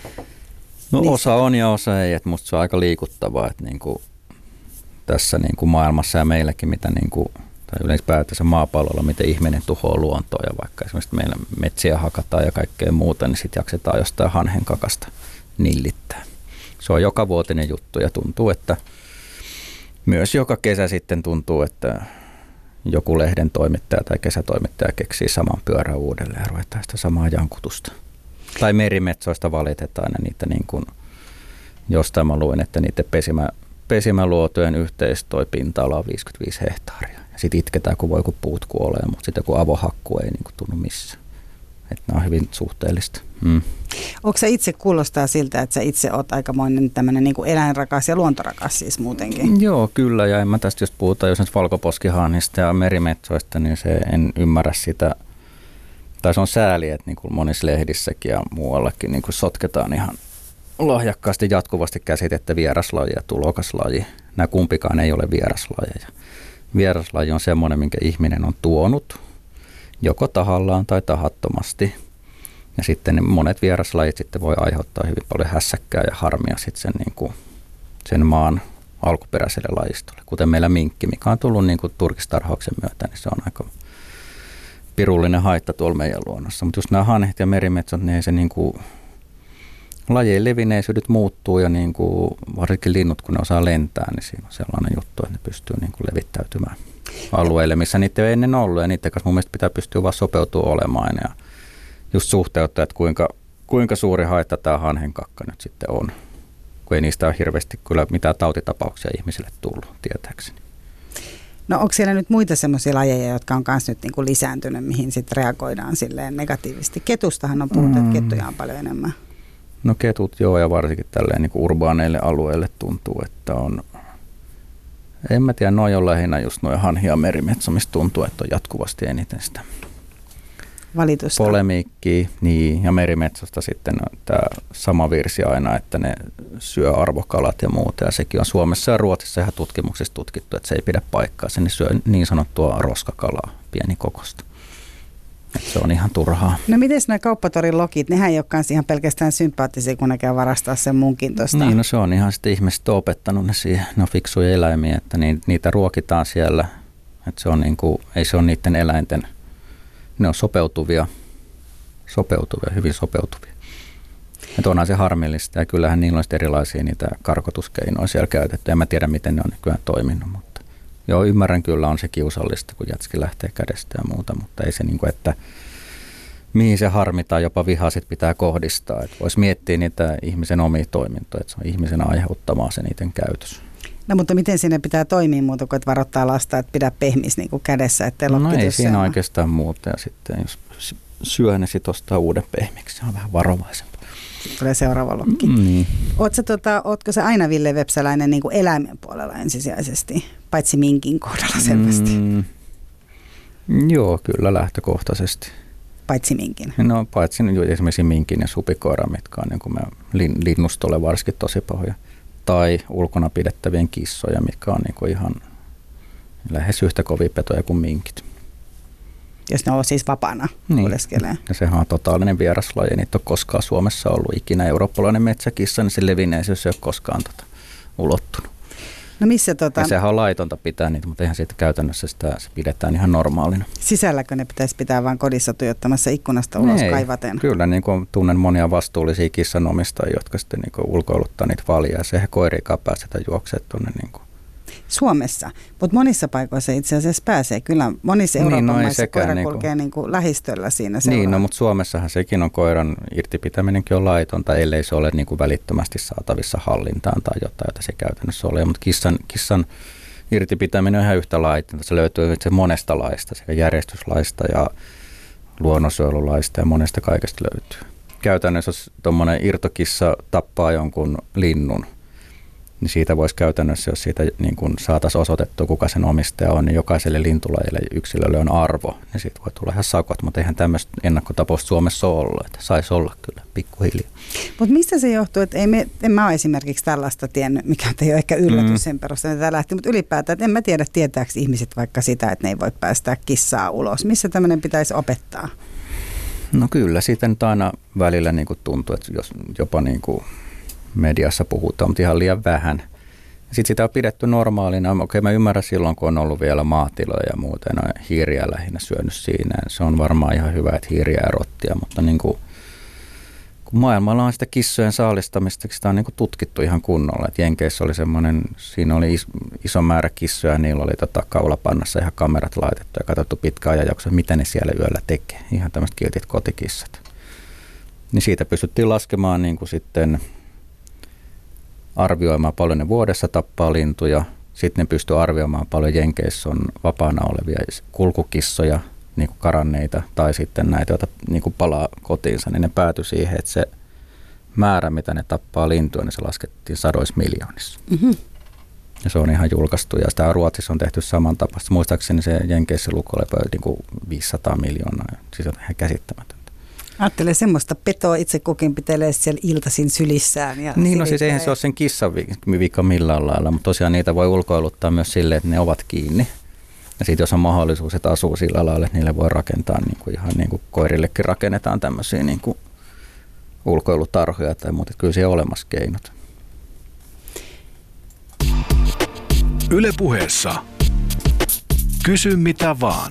No osa on ja osa ei, että musta se on aika liikuttavaa, että niinku tässä niinku maailmassa ja meilläkin, mitä niinku tai ylipäätänsä maapallolla, miten ihminen tuhoaa luontoa ja vaikka esimerkiksi meillä metsiä hakataan ja kaikkea muuta, niin sitten jaksetaan jostain hanhen kakasta nillittää. Se on jokavuotinen juttu ja tuntuu, että myös joka kesä sitten tuntuu, että joku lehden toimittaja tai kesätoimittaja keksii saman pyörän uudelleen ja ruvetaan sitä samaa jankutusta. Tai merimetsoista valitetaan ja niitä niin kuin, jostain mä luin, että niiden pesimäluotojen yhteistoi-pinta-ala on 55 hehtaaria. Ja sitten itketään, kun voi kun puut kuolee, mutta sitten joku avohakku ei niin kuin tunnu missään. Että nämä on hyvin suhteellista. Onko sä itse kuulostaa siltä, että sä itse oot aikamoinen tämmöinen niin kuin eläinrakas ja luontorakas siis muutenkin? Joo, kyllä. Ja en mä tästä, jos puhutaan jos valkoposkihanhista ja merimetsoista, niin en ymmärrä sitä. Tai se on sääli, että niin kuin monissa lehdissäkin ja muuallakin niin kuin sotketaan ihan lahjakkaasti jatkuvasti käsitettä vieraslaji ja tulokaslaji. Nämä kumpikaan ei ole vieraslajeja. Vieraslaji on semmoinen, minkä ihminen on tuonut, joko tahallaan tai tahattomasti. Ja sitten monet vieraslajit sitten voi aiheuttaa hyvin paljon hässäkkää ja harmia sitten sen maan alkuperäiselle lajistolle. Kuten meillä minkki, mikä on tullut niin kuin turkistarhauksen myötä, niin se on aika pirullinen haitta tuolla meidän luonnossa. Mutta just nämä hanhet ja merimetsot, niin se niin kuin lajien levinneisyydet muuttuu ja niin kuin varsinkin linnut, kun ne osaa lentää, niin siinä on sellainen juttu, että ne pystyy niin kuin levittäytymään alueille, missä niitä ei ennen ollut. Ja niiden kanssa mun mielestä pitää pystyä vaan sopeutumaan olemaan ja just suhteuttaa, että kuinka suuri haitta tämä hanhenkakka nyt sitten on. Kun ei niistä ole hirveästi kyllä mitään tautitapauksia ihmisille tullut, tietääkseni. No onko siellä nyt muita semmoisia lajeja, jotka on myös nyt niinku lisääntynyt, mihin sitten reagoidaan silleen negatiivisesti? Ketustahan on puhuttu, että kettuja on paljon enemmän. No ketut joo, ja varsinkin tälleen niin kuin urbaaneille alueille tuntuu, että on En mä tiedä, noi on lähinnä just nuo hanhi- ja merimetso, mistä tuntuu, että on jatkuvasti eniten sitä valitusta. Polemiikkiä, niin, ja merimetsosta sitten on tämä sama virsi aina, että ne syö arvokalat ja muuta, ja sekin on Suomessa ja Ruotsissa ihan tutkimuksissa tutkittu, että se ei pidä paikkaa, se syö niin sanottua roskakalaa, pieni kokosta. Että se on ihan turhaa. No miten nämä kauppatorin lokit, nehän ei ole kans ihan pelkästään sympaattisia, kun ne käy varastaa sen munkin tuosta. Niin, no se on ihan sitten ihmiset on opettanut ne siihen, ne on fiksuja eläimiä, että niitä ruokitaan siellä, että se on niinku, ei se ole niiden eläinten. Ne on sopeutuvia, hyvin sopeutuvia. Että onhan se harmillista ja kyllähän niillä on erilaisia niitä karkotuskeinoja siellä käytetty. En mä tiedä, miten ne on nykyään toiminut, mutta joo, ymmärrän kyllä, on se kiusallista, kun jätski lähtee kädestä ja muuta, mutta ei se niin kuin, että mihin se harmi tai jopa viha sit pitää kohdistaa. Että voisi miettiä niitä ihmisen omia toimintoja, että se on ihmisen aiheuttamaa se niiden käytös. No mutta miten sinne pitää toimia muuta kuin, että varoittaa lasta, että pidä pehmis niin kuin kädessä, ettei lokki No ei tyssää. siinä oikeastaan muuta, ja sitten jos syö, niin sitten ostaa uuden pehmiksi, se on vähän varovaisempi. Sitten tulee seuraava lokki. Niin. Ootko se aina Ville Vepsäläinen niin kuin eläimen puolella ensisijaisesti, paitsi minkin kohdalla selvästi? Joo, kyllä lähtökohtaisesti. Paitsi minkin? No paitsi esimerkiksi minkin ja supikoira, mitkä on niin kuin linnustolle varsinkin tosi pahoja. Tai ulkona pidettävien kissoja, mitkä on niin kuin ihan lähes yhtä kovia petoja kuin minkit. Jos ne on siis vapaana kuleskelee. Ja sehän on totaalinen vieraslaji. Ei niitä ole koskaan Suomessa ollut ikinä. Eurooppalainen metsäkissa, niin se levinneisyys ei ole koskaan ulottunut. No missä ja sehän on laitonta pitää niitä, mutta eihän siitä käytännössä se pidetään ihan normaalina. Sisälläkö ne pitäisi pitää vain kodissa tuijottamassa ikkunasta ulos kaivaten? Kyllä, niin kuin tunnen monia vastuullisia kissanomistajia, jotka sitten niin kuin ulkoiluttaa niitä valjaa. Sehän koiriikaan pääsetä juoksemaan tuonne. Niin kuin. Suomessa, mutta monissa paikoissa itse asiassa pääsee. Kyllä monissa Euroopan maissa koira kulkee niin kuin lähistöllä siinä seuraa. Niin, no, mutta Suomessahan sekin on koiran irtipitäminenkin on laitonta, ellei se ole niin kuin välittömästi saatavissa hallintaan tai jotain, jota se käytännössä ole. Mutta kissan irtipitäminen on ihan yhtä laitonta. Se löytyy itse monesta laista, sekä järjestyslaista ja luonnonsuojelulaista ja monesta kaikesta löytyy. Käytännössä jos tuommoinen irtokissa tappaa jonkun linnun, niin siitä voisi käytännössä, jos siitä niin kun saataisiin osoitettua, kuka sen omistaja on, niin jokaiselle lintulajille yksilölle on arvo. Ja siitä voi tulla ihan sakot, mutta eihän tämmöistä ennakkotapausta Suomessa ole ollut, että saisi olla kyllä pikkuhiljaa. Mutta mistä se johtuu, että en mä ole esimerkiksi tällaista tiennyt, mikä ei ole ehkä yllätys sen perusteella, että tämä lähti, mutta ylipäätään, että en mä tiedä, tietääkö ihmiset vaikka sitä, että ne ei voi päästää kissaa ulos. Missä tämmöinen pitäisi opettaa? No kyllä, siitä nyt aina välillä niin kuin tuntuu, että jos jopa niin kuin mediassa puhutaan, mutta ihan liian vähän. Sitten sitä on pidetty normaalina. Okei, mä ymmärrän silloin, kun on ollut vielä maatiloja ja muuta, en ole hiiriä lähinnä syönyt siinä. Se on varmaan ihan hyvä, että hiiriä ja rottia, mutta niin kuin, kun maailmalla on sitä kissojen saalistamista, sitä on niin kuin tutkittu ihan kunnolla. Et Jenkeissä oli semmoinen, siinä oli iso määrä kissoja ja niillä oli kaulapannassa ihan kamerat laitettu ja katsottu pitkä ajanjakso, mitä ne siellä yöllä tekee. Ihan tämmöiset kiltit kotikissat. Niin siitä pystyttiin laskemaan niin kuin sitten arvioimaan paljon ne vuodessa tappaa lintuja. Sitten ne pystyy arvioimaan paljon Jenkeissä on vapaana olevia kulkukissoja, niin kuin karanneita, tai sitten näitä, joita niin kuin palaa kotiinsa, niin ne päätyi siihen, että se määrä, mitä ne tappaa lintuja, niin se laskettiin 100 miljoonissa. Mm-hmm. Ja se on ihan julkaistu, ja sitä Ruotsissa on tehty samantapaista. Muistaakseni se Jenkeissä luku oli niin kuin 500 miljoonaa, siis on ihan käsittämätöntä. Ajattelee semmoista petoa itse kukin pitelee siellä iltaisin sylissään. Ja niin, no siis eihän se ole sen kissan vika millään lailla, mutta tosiaan niitä voi ulkoiluttaa myös silleen, että ne ovat kiinni. Ja sitten jos on mahdollisuus, että asuu sillä lailla, että niille voi rakentaa niin kuin ihan niin kuin koirillekin rakennetaan tämmöisiä niin kuin ulkoilutarhoja tai muuta. Kyllä siellä on olemassa keinot. Yle Puheessa. Kysy mitä vaan.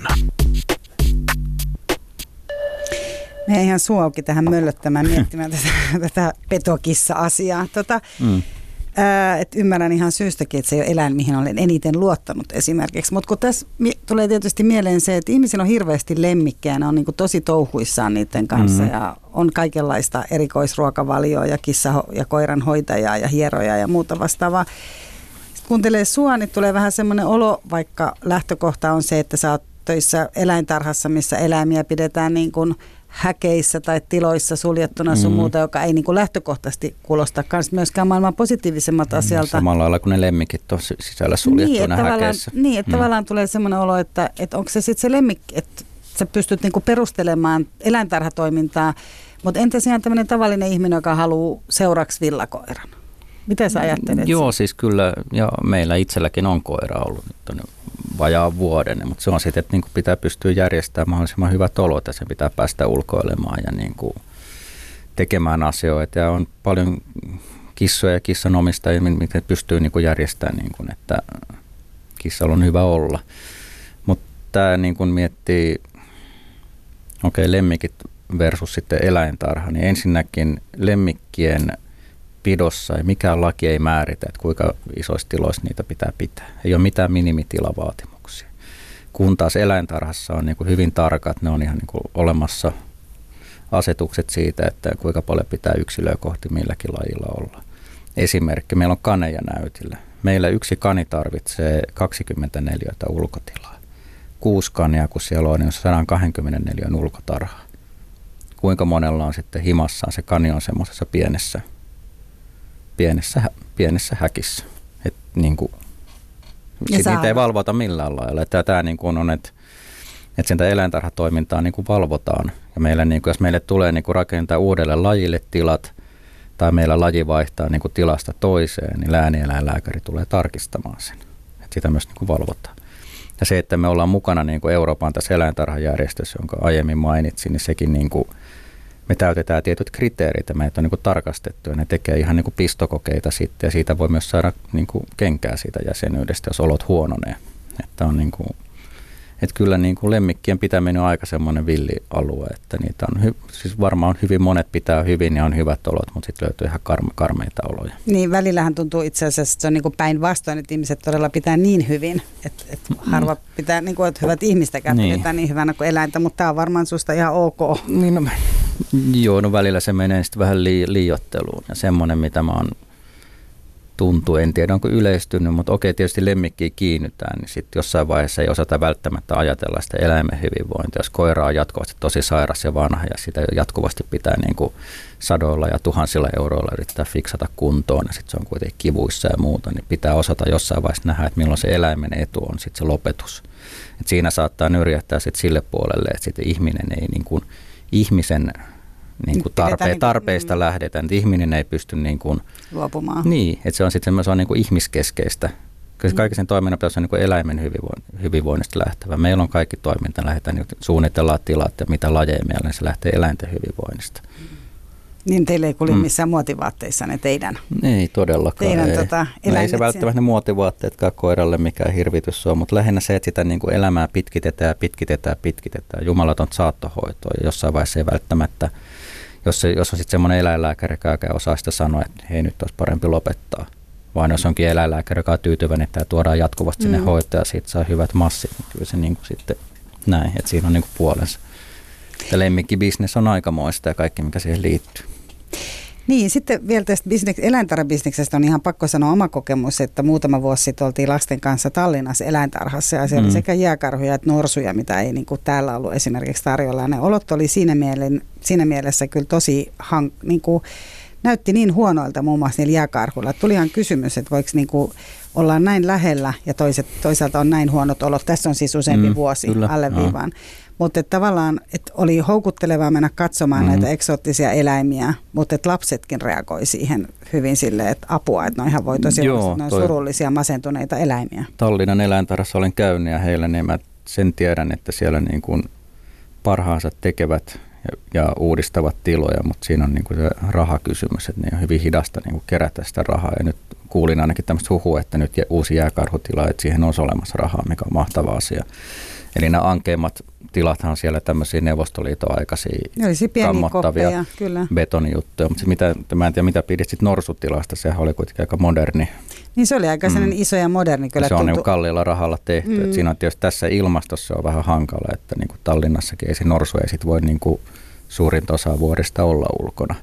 Me ihan suauki tähän möllöttämään miettimään tätä petokissa-asiaa. Et ymmärrän ihan syystäkin, että se ei ole eläin, mihin olen eniten luottanut esimerkiksi. Mutta kun tässä tulee tietysti mieleen se, että ihmisillä on hirveästi lemmikkejä, ne on niin kuin tosi touhuissaan niiden kanssa ja on kaikenlaista erikoisruokavalioa ja kissa- ja koiran hoitajaa ja hieroja ja muuta vastaavaa. Sitten kuuntelee sua, niin tulee vähän semmoinen olo, vaikka lähtökohta on se, että sä oot töissä eläintarhassa, missä eläimiä pidetään niin kuin häkeissä tai tiloissa suljettuna sun muuta, joka ei niin kuin lähtökohtaisesti kuulosta myöskään maailman positiivisemmat asialta. Samalla lailla kuin ne lemmikit on sisällä suljettuna häkeissä. Niin, että tavallaan tulee semmoinen olo, että onko se sitten se lemmikki, että sä pystyt niin kuin perustelemaan eläintarhatoimintaa, mutta entäs ihan tämmöinen tavallinen ihminen, joka haluaa seuraavaksi villakoiran? Mitä sä ajattelet? Joo, siis kyllä, ja meillä itselläkin on koira ollut nyt vajaan vuoden, mutta se on sitten, että niin kuin pitää pystyä järjestämään mahdollisimman hyvät olot ja se pitää päästä ulkoilemaan ja niin kuin tekemään asioita. Ja on paljon kissoja ja kissanomistajia, miten pystyy niin kuin järjestämään, niin kuin, että kissalla on hyvä olla. Mutta tämä niin kuin miettii, lemmikit versus sitten eläintarha, niin ensinnäkin lemmikkien pidossa ja mikään laki ei määritä, että kuinka isoissa tiloissa niitä pitää pitää. Ei ole mitään minimitilavaatimuksia. Kun taas eläintarhassa on niin kuin hyvin tarkat, ne on ihan niin kuin olemassa asetukset siitä, että kuinka paljon pitää yksilöä kohti milläkin lajilla olla. Esimerkki, meillä on kaneja näytillä. Meillä yksi kani tarvitsee 24 ulkotilaa. 6 kania, kun siellä on, niin 124 ulkotarha. Kuinka monella on sitten himassaan se kani on semmoisessa pienessä häkissä. Et niin kuin, niitä ei valvota millään lailla. Tämä niin kuin on, että sen eläintarhatoimintaa niin kuin valvotaan. Ja meillä, niin kuin, jos meille tulee niin kuin rakentaa uudelle lajille tilat tai meillä laji vaihtaa niin kuin tilasta toiseen, niin läänieläinlääkäri tulee tarkistamaan sen. Että sitä myös niin kuin valvotaan. Ja se, että me ollaan mukana niin kuin Euroopan tässä eläintarhajärjestössä, jonka aiemmin mainitsin, niin sekin niin kuin me täytetään tietyt kriteerit ja meitä on niin kuin tarkastettu ja ne tekee ihan niin kuin pistokokeita sitten ja siitä voi myös saada niin kuin kenkää siitä jäsenyydestä, jos olot huononee. Että on niin kuin, että kyllä niin kuin lemmikkien pitäminen on aika semmoinen villialue, että niitä on siis varmaan hyvin monet pitää hyvin ja on hyvät olot, mutta sitten löytyy ihan karmeita oloja. Niin, välillähän tuntuu itse asiassa, että se on niin kuin päinvastoin, että ihmiset todella pitää niin hyvin, että harva pitää, niin kuin, että hyvät ihmistäkään pidetään niin hyvänä kuin eläintä, mutta tämä on varmaan susta ihan ok. Niin, no välillä se menee sitten vähän liioitteluun ja semmoinen, mitä mä oon tuntuu, en tiedä onko yleistynyt, mutta tietysti lemmikkiä kiinnytään, niin sitten jossain vaiheessa ei osata välttämättä ajatella sitä eläimen hyvinvointia. Jos koira on jatkuvasti tosi sairas ja vanha ja sitä jatkuvasti pitää niin kuin sadoilla ja tuhansilla euroilla yrittää fiksata kuntoon ja sitten se on kuitenkin kivuissa ja muuta, niin pitää osata jossain vaiheessa nähdä, että milloin se eläimen etu on sitten se lopetus. Et siinä saattaa nyrjähtää sitten sille puolelle, että sitten ihminen ei niin kuin ihmisen niin kuin tarpeista lähdetään, että ihminen ei pysty niin kuin luopumaan. Niin, että se on sitten niin kuin ihmiskeskeistä. Kyllä kaiken sen toiminnan pitäisi olla niin kuin eläimen hyvinvoinnista lähtevä. Meillä on kaikki toiminta, lähdetään suunnitellaan tilat ja mitä lajeja meillä, niin se lähtee eläinten hyvinvoinnista. Niin teille ei kulje missään muotivaatteissa ne teidän? Ei todellakaan. Ei se välttämättä ne muotivaatteetkaan koiralle mikään hirvitys on, mutta lähinnä se, että sitä niin kuin elämää pitkitetään. Jumalatonta saattohoitoa ja jossain vaiheessa ei välttämättä, jos on sitten semmoinen eläinlääkäri, joka osaa sitä sanoa, että hei nyt olisi parempi lopettaa. Vaan jos onkin eläinlääkäri, joka on tyytyväinen, että tuodaan jatkuvasti sinne hoitoa ja siitä saa hyvät massit, niin kyllä se niin kuin sitten näin, että siinä on niin kuin puolensa. Ja lemmikkibisnes on aikamoista ja kaikki, mikä siihen liittyy. Niin, sitten vielä tästä eläintarhabisneksestä on ihan pakko sanoa oma kokemus, että muutama vuosi sitten oltiin lasten kanssa Tallinnassa eläintarhassa ja siellä oli sekä jääkarhuja että norsuja, mitä ei niin kuin täällä ollut esimerkiksi tarjolla. Ja ne olot oli siinä mielessä kyllä tosi niin kuin, näytti niin huonoilta muun muassa niillä jääkarhuilla. Tulihan kysymys, että voiko niin kuin olla näin lähellä ja toisaalta on näin huonot olot. Tässä on siis useampi vuosi alleviivaan. Mutta tavallaan että oli houkuttelevaa mennä katsomaan näitä eksoottisia eläimiä, mutta lapsetkin reagoi siihen hyvin silleen, että apua, että noihän voi tosiaan olla surullisia, masentuneita eläimiä. Tallinnan eläintarhassa olen käynyt ja heillä niin mä sen tiedän, että siellä niin kuin parhaansa tekevät ja uudistavat tiloja, mutta siinä on niin kuin se rahakysymys, että ne on hyvin hidasta niin kuin kerätä sitä rahaa. Ja nyt kuulin ainakin tämmöistä huhua, että nyt uusi jääkarhutila, että siihen on olemassa rahaa, mikä on mahtava asia. Eli nämä ankeimmat tilathan on siellä tämmöisiä Neuvostoliiton aikaisia kammottavia betonijuttuja. Mutta mä en tiedä, mitä pidit sitten norsutilasta, sehän oli kuitenkin aika moderni. Niin se oli aika sellainen iso ja moderni kyllä. Se on niin kalliilla rahalla tehty. Siinä on tietysti tässä ilmastossa on vähän hankala, että niin kuin Tallinnassakin ei se norsu ei sit voi niin kuin suurinta osaa vuodesta olla ulkona.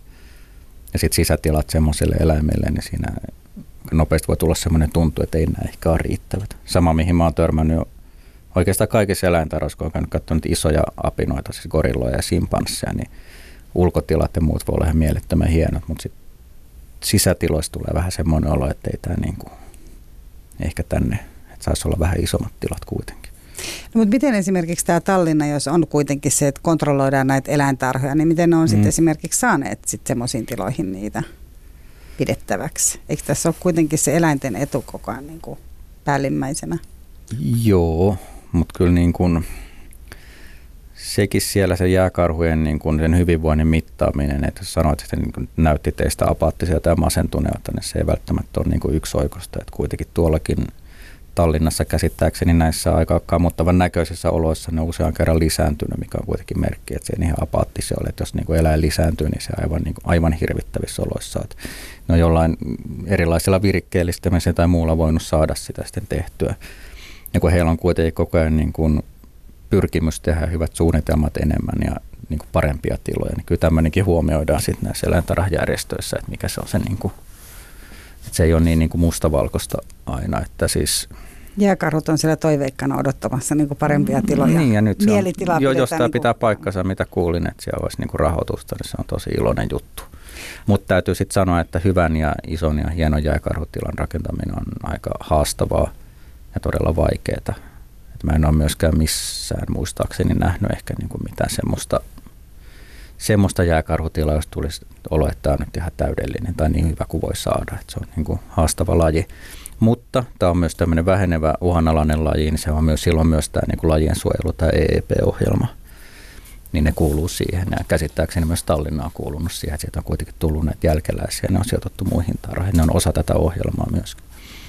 Ja sitten sisätilat semmoiselle eläimelle, niin siinä nopeasti voi tulla semmoinen tuntu, että ei nämä ehkä ole riittävät. Sama mihin mä oon törmännyt oikeastaan kaikissa eläintarhoissa, kun on käynyt katsonut isoja apinoita, siis gorilloja ja simpansseja, niin ulkotilat ja muut voi olla ihan mielettömän hienot, mutta sitten sisätiloissa tulee vähän semmoinen olo, että ei tämä niinku, ehkä tänne, että saisi olla vähän isommat tilat kuitenkin. No, mutta miten esimerkiksi tämä Tallinna, jos on kuitenkin se, että kontrolloidaan näitä eläintarhoja, niin miten ne on sitten esimerkiksi saaneet sitten semmoisiin tiloihin niitä pidettäväksi? Eikö tässä ole kuitenkin se eläinten etu koko ajan niin kuin päällimmäisenä? Joo, mutta kyllä niin kuin sekin siellä se jääkarhujen niin kuin sen hyvinvoinnin mittaaminen, että jos sanoit, että niin kuin näytti teistä apaattisia tai masentuneita, niin se ei välttämättä ole niin kuin yksioikoista. Että kuitenkin tuollakin Tallinnassa käsittääkseni näissä aika kammottavan näköisissä oloissa ne usean kerran lisääntynyt, mikä on kuitenkin merkki, että se ei ihan apaattisia ole. Että jos niin kuin eläin lisääntyy, niin se aivan hirvittävissä oloissa. Että ne on jollain erilaisilla virikkeellistämisellä tai muulla voinut saada sitä sitten tehtyä. Ja kun heillä on kuitenkin koko ajan niin kuin pyrkimys tehdä hyvät suunnitelmat enemmän ja niin kuin parempia tiloja, niin kyllä tämmöinenkin huomioidaan sitten näissä eläintarhajärjestöissä, että mikä se on se, niin kuin, että se ei ole niin kuin mustavalkoista aina, että siis jääkarhut on siellä toiveikkana odottamassa niin kuin parempia tiloja. Niin, ja nyt se on, jos tämä niin pitää paikkansa, mitä kuulin, että siellä olisi niin kuin rahoitusta, niin se on tosi iloinen juttu. Mutta täytyy sitten sanoa, että hyvän ja ison ja hienon jääkarhutilan rakentaminen on aika haastavaa ja todella vaikeaa. Mä en ole myöskään missään muistaakseni nähnyt ehkä niin kuin mitään semmoista jääkarhutilaa, jos tulisi olo, että tämä on nyt ihan täydellinen tai niin hyvä kuin voi saada. Että se on niin kuin haastava laji. Mutta tämä on myös tämmöinen vähenevä uhanalainen laji, niin se on myös silloin myös tämä niin kuin lajien suojelu, tämä EEP-ohjelma. Niin ne kuuluu siihen. Ja käsittääkseni myös Tallinna on kuulunut siihen, että sieltä on kuitenkin tullut näitä jälkeläisiä. Ne on sijoitettu muihin tarhoihin. Ne on osa tätä ohjelmaa myöskin.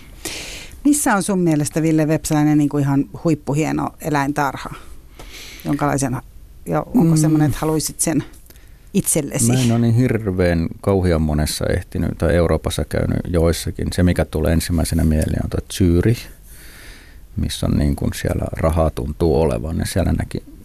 Missä on sun mielestä, Ville Vepsäläinen, niin kuin ihan huippuhieno eläintarha? Jonkalaisen, ja onko semmoinen, että haluaisit sen itsellesi? Mä en ole niin hirveän kauhean monessa ehtinyt tai Euroopassa käynyt joissakin. Se, mikä tulee ensimmäisenä mieleen, on tuo Zürich, missä on niin kuin siellä rahaa tuntuu olevan. Ja siellä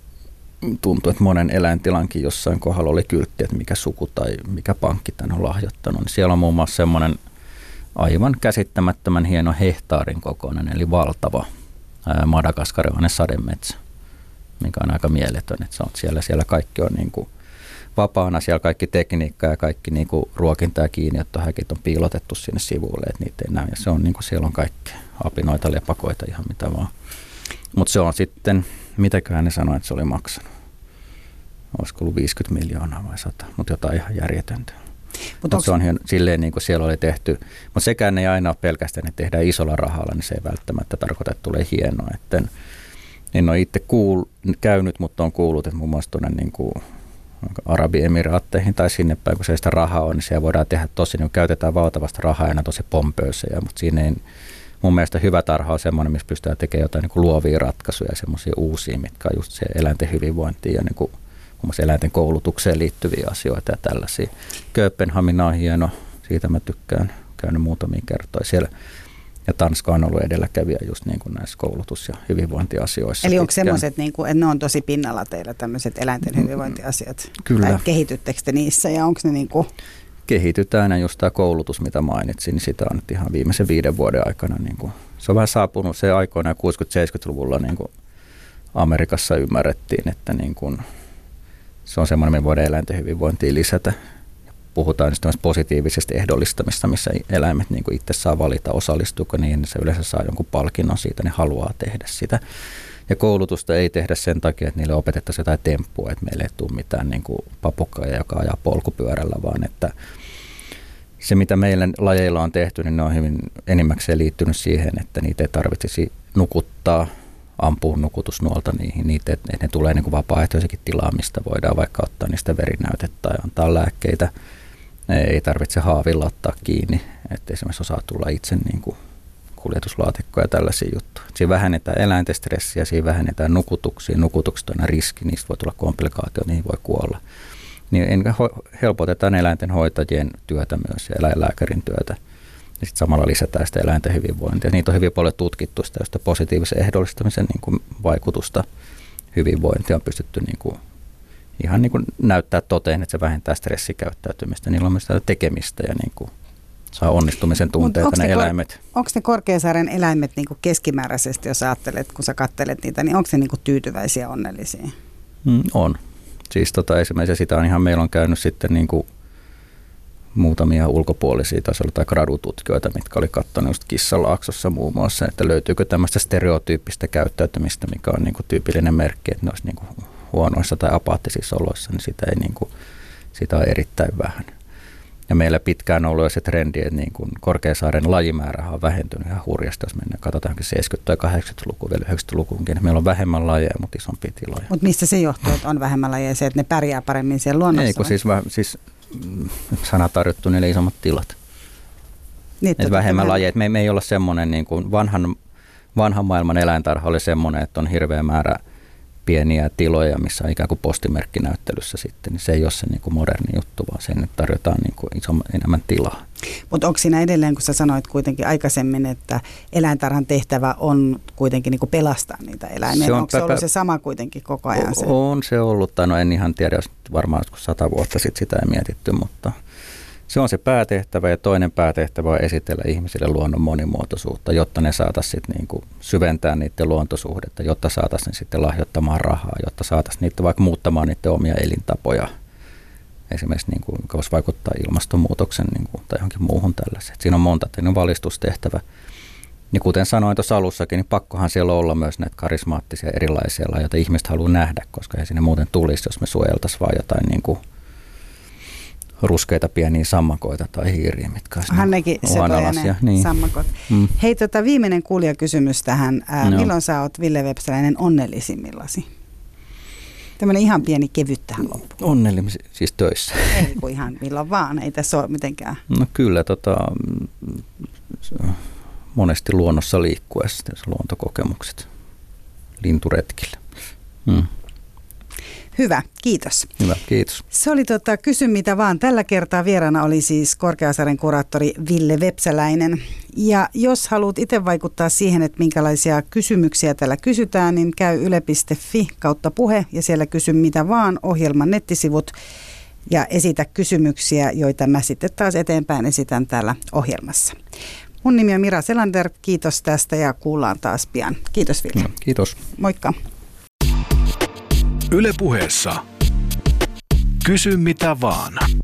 tuntuu, että monen eläintilankin jossain kohdalla oli kyltti, että mikä suku tai mikä pankki tämän on lahjoittanut. Niin siellä on muun muassa semmoinen aivan käsittämättömän hieno hehtaarin kokoinen, eli valtava madagaskarilainen sademetsä, mikä on aika mieletön, että siellä kaikki on niin kuin vapaana, siellä kaikki tekniikka ja kaikki niin kuin ruokinta ja kiinniottohäkit on piilotettu sinne sivuille, että niitä ei näy, ja se on niin kuin siellä on kaikkea, apinoita, lepakoita, ihan mitä vaan. Mutta se on sitten, mitäköhän ne sanoi, että se oli maksanut, olisiko ollut 50 miljoonaa vai 100, mutta jotain ihan järjetöntä. Mutta se on silleen, niin kuin siellä oli tehty, mutta sekään ei aina ole pelkästään, että tehdään isolla rahalla, niin se ei välttämättä tarkoita, että tulee hienoa. Että en ole itse käynyt, mutta on kuullut, että muun muassa tuonne niin kuin Arabiemiraatteihin tai sinne päin, kun se sitä rahaa on, niin siellä voidaan tehdä tosi, niin käytetään valtavasti rahaa ja tosi pompöösejä, mutta siinä ei, mun mielestä hyvä tarha on semmoinen, missä pystytään tekemään jotain niin kuin luovia ratkaisuja ja semmoisia uusia, mitkä on just se eläinten hyvinvointiin ja niin kuin muun muassa eläinten koulutukseen liittyviä asioita ja tällaisia. Kööpenhamina on hieno, siitä mä tykkään, käynyt muutamia kertoja siellä. Ja Tanska on ollut edelläkävijä just niin kuin näissä koulutus- ja hyvinvointiasioissa. Eli onko semmoiset, niin kuin, että ne on tosi pinnalla teillä tämmöiset eläinten hyvinvointiasiat? Kyllä. Tai kehityttekö te niissä ja onko ne niin kuin? Kehitytään ja just tämä koulutus, mitä mainitsin, niin sitä on nyt ihan viimeisen 5 vuoden aikana. Niin kuin, se on vähän saapunut se aikoina 60-70-luvulla niin kuin Amerikassa ymmärrettiin, että niin kuin se on semmoinen, me voidaan eläinten hyvinvointia lisätä. Puhutaan just positiivisesta ehdollistamista, missä eläimet niin kuin itse saa valita, osallistuuko niin, se yleensä saa jonkun palkinnon siitä, ne haluaa tehdä sitä. Ja koulutusta ei tehdä sen takia, että niille opetettaisiin jotain temppua, että meille ei tule mitään niin kuin papukkaa, joka ajaa polkupyörällä, vaan että se, mitä meillä lajeilla on tehty, niin ne on hyvin enimmäkseen liittynyt siihen, että niitä ei tarvitsisi nukuttaa, ampua nukutusnuolta niihin, että ne tulee niin kuin vapaaehtoisenkin tilaa, mistä voidaan vaikka ottaa niistä verinäytettä tai antaa lääkkeitä. Ei tarvitse haavilla ottaa kiinni, että esimerkiksi osaa tulla itse niin kuin kuljetuslaatikkoja ja tällaisia juttuja. Siinä vähennetään eläinten stressiä, siinä vähennetään nukutuksia. Nukutukset on aina riski, niistä voi tulla komplikaatio, niihin voi kuolla. Niin helpotetaan eläinten hoitajien työtä myös ja eläinlääkärin työtä. Ja sitten samalla lisätään sitä eläinten hyvinvointia. Niitä on hyvin paljon tutkittu sitä positiivisen ehdollistamisen niin kuin vaikutusta hyvinvointia on pystytty niin kuin ihan niin kuin näyttää toteen, että se vähentää stressikäyttäytymistä. Niillä on myös tekemistä ja niin kuin saa onnistumisen tunteita ne eläimet. Onko ne Korkeasaaren eläimet niin kuin keskimääräisesti, jos ajattelet, kun sä katselet niitä, niin onko ne niin kuin tyytyväisiä, onnellisia? On. Siis esimerkiksi sitä on ihan, meillä on käynyt sitten niin kuin muutamia ulkopuolisia tasolla tai gradututkijoita, mitkä oli katsonut just Kissalaaksossa muun muassa, että löytyykö tämmöistä stereotyyppistä käyttäytymistä, mikä on niin kuin tyypillinen merkki, että ne olisi niin kuin huonoissa tai apaattisissa oloissa, niin sitä on erittäin vähän. Ja meillä pitkään on ollut jo se trendi, että niin kuin Korkeasaaren lajimäärä on vähentynyt ihan hurjasti, jos mennään, katsotaankin 70- tai 80-luku, vielä 90-lukuunkin. Meillä on vähemmän lajeja, mutta isompia tiloja. Mutta mistä se johtuu, että on vähemmän lajeja, se, että ne pärjää paremmin siellä luonnossa? Ei, kun siis sana tarjottu niille isommat tilat. Niin, että vähemmän lajeja. Me ei olla semmoinen, niin kuin vanhan maailman eläintarha oli semmoinen, että on hirveä määrä pieniä tiloja, missä on ikään kuin postimerkkinäyttelyssä sitten, niin se ei ole se niin kuin moderni juttu, vaan sen nyt tarjotaan niin kuin enemmän tilaa. Mutta onko siinä edelleen, kun sä sanoit kuitenkin aikaisemmin, että eläintarhan tehtävä on kuitenkin niin kuin pelastaa niitä eläimiä, onko se ollut se sama kuitenkin koko ajan? On se ollut, tai no en ihan tiedä, jos varmaan 100 vuotta sitten sitä ei mietitty, mutta se on se päätehtävä ja toinen päätehtävä on esitellä ihmisille luonnon monimuotoisuutta, jotta ne saataisiin sitten niinku syventää niiden luontosuhdetta, jotta saataisiin sitten lahjoittamaan rahaa, jotta saataisiin niitä vaikka muuttamaan niiden omia elintapoja. Esimerkiksi niinku, joka voisi vaikuttaa ilmastonmuutoksen niinku, tai johonkin muuhun tällaiseen. Siinä on monta valistustehtävä. Ja kuten sanoin tuossa alussakin, niin pakkohan siellä olla myös näitä karismaattisia erilaisia lajeja, joita ihmiset haluaa nähdä, koska ei sinne muuten tulisi, jos me suojeltaisiin vaan jotain niinku ruskeita pieniä sammakoita tai hiiriä, mitkä olisivat uhanalaisia. Niin. Sammakot. Hei, viimeinen kuulijakysymys tähän. Milloin sä oot, Ville Vepsäläinen, onnellisimmillasi? Tämmöinen ihan pieni kevyt tähän loppuun. Onnellisin siis töissä. Ei kun ihan milloin vaan, ei tässä ole mitenkään. No kyllä, monesti luonnossa liikkuessa, luontokokemukset linturetkillä. Hyvä, kiitos. Hyvä, kiitos. Se oli Kysy mitä vaan. Tällä kertaa vieraana oli siis Korkeasaaren kuraattori Ville Vepsäläinen. Ja jos haluat itse vaikuttaa siihen, että minkälaisia kysymyksiä täällä kysytään, niin käy yle.fi/puhe ja siellä Kysy mitä vaan -ohjelman nettisivut ja esitä kysymyksiä, joita mä sitten taas eteenpäin esitän täällä ohjelmassa. Mun nimi on Mira Selander. Kiitos tästä ja kuullaan taas pian. Kiitos Ville. No, kiitos. Moikka. Yle Puheessa Kysy mitä vaan.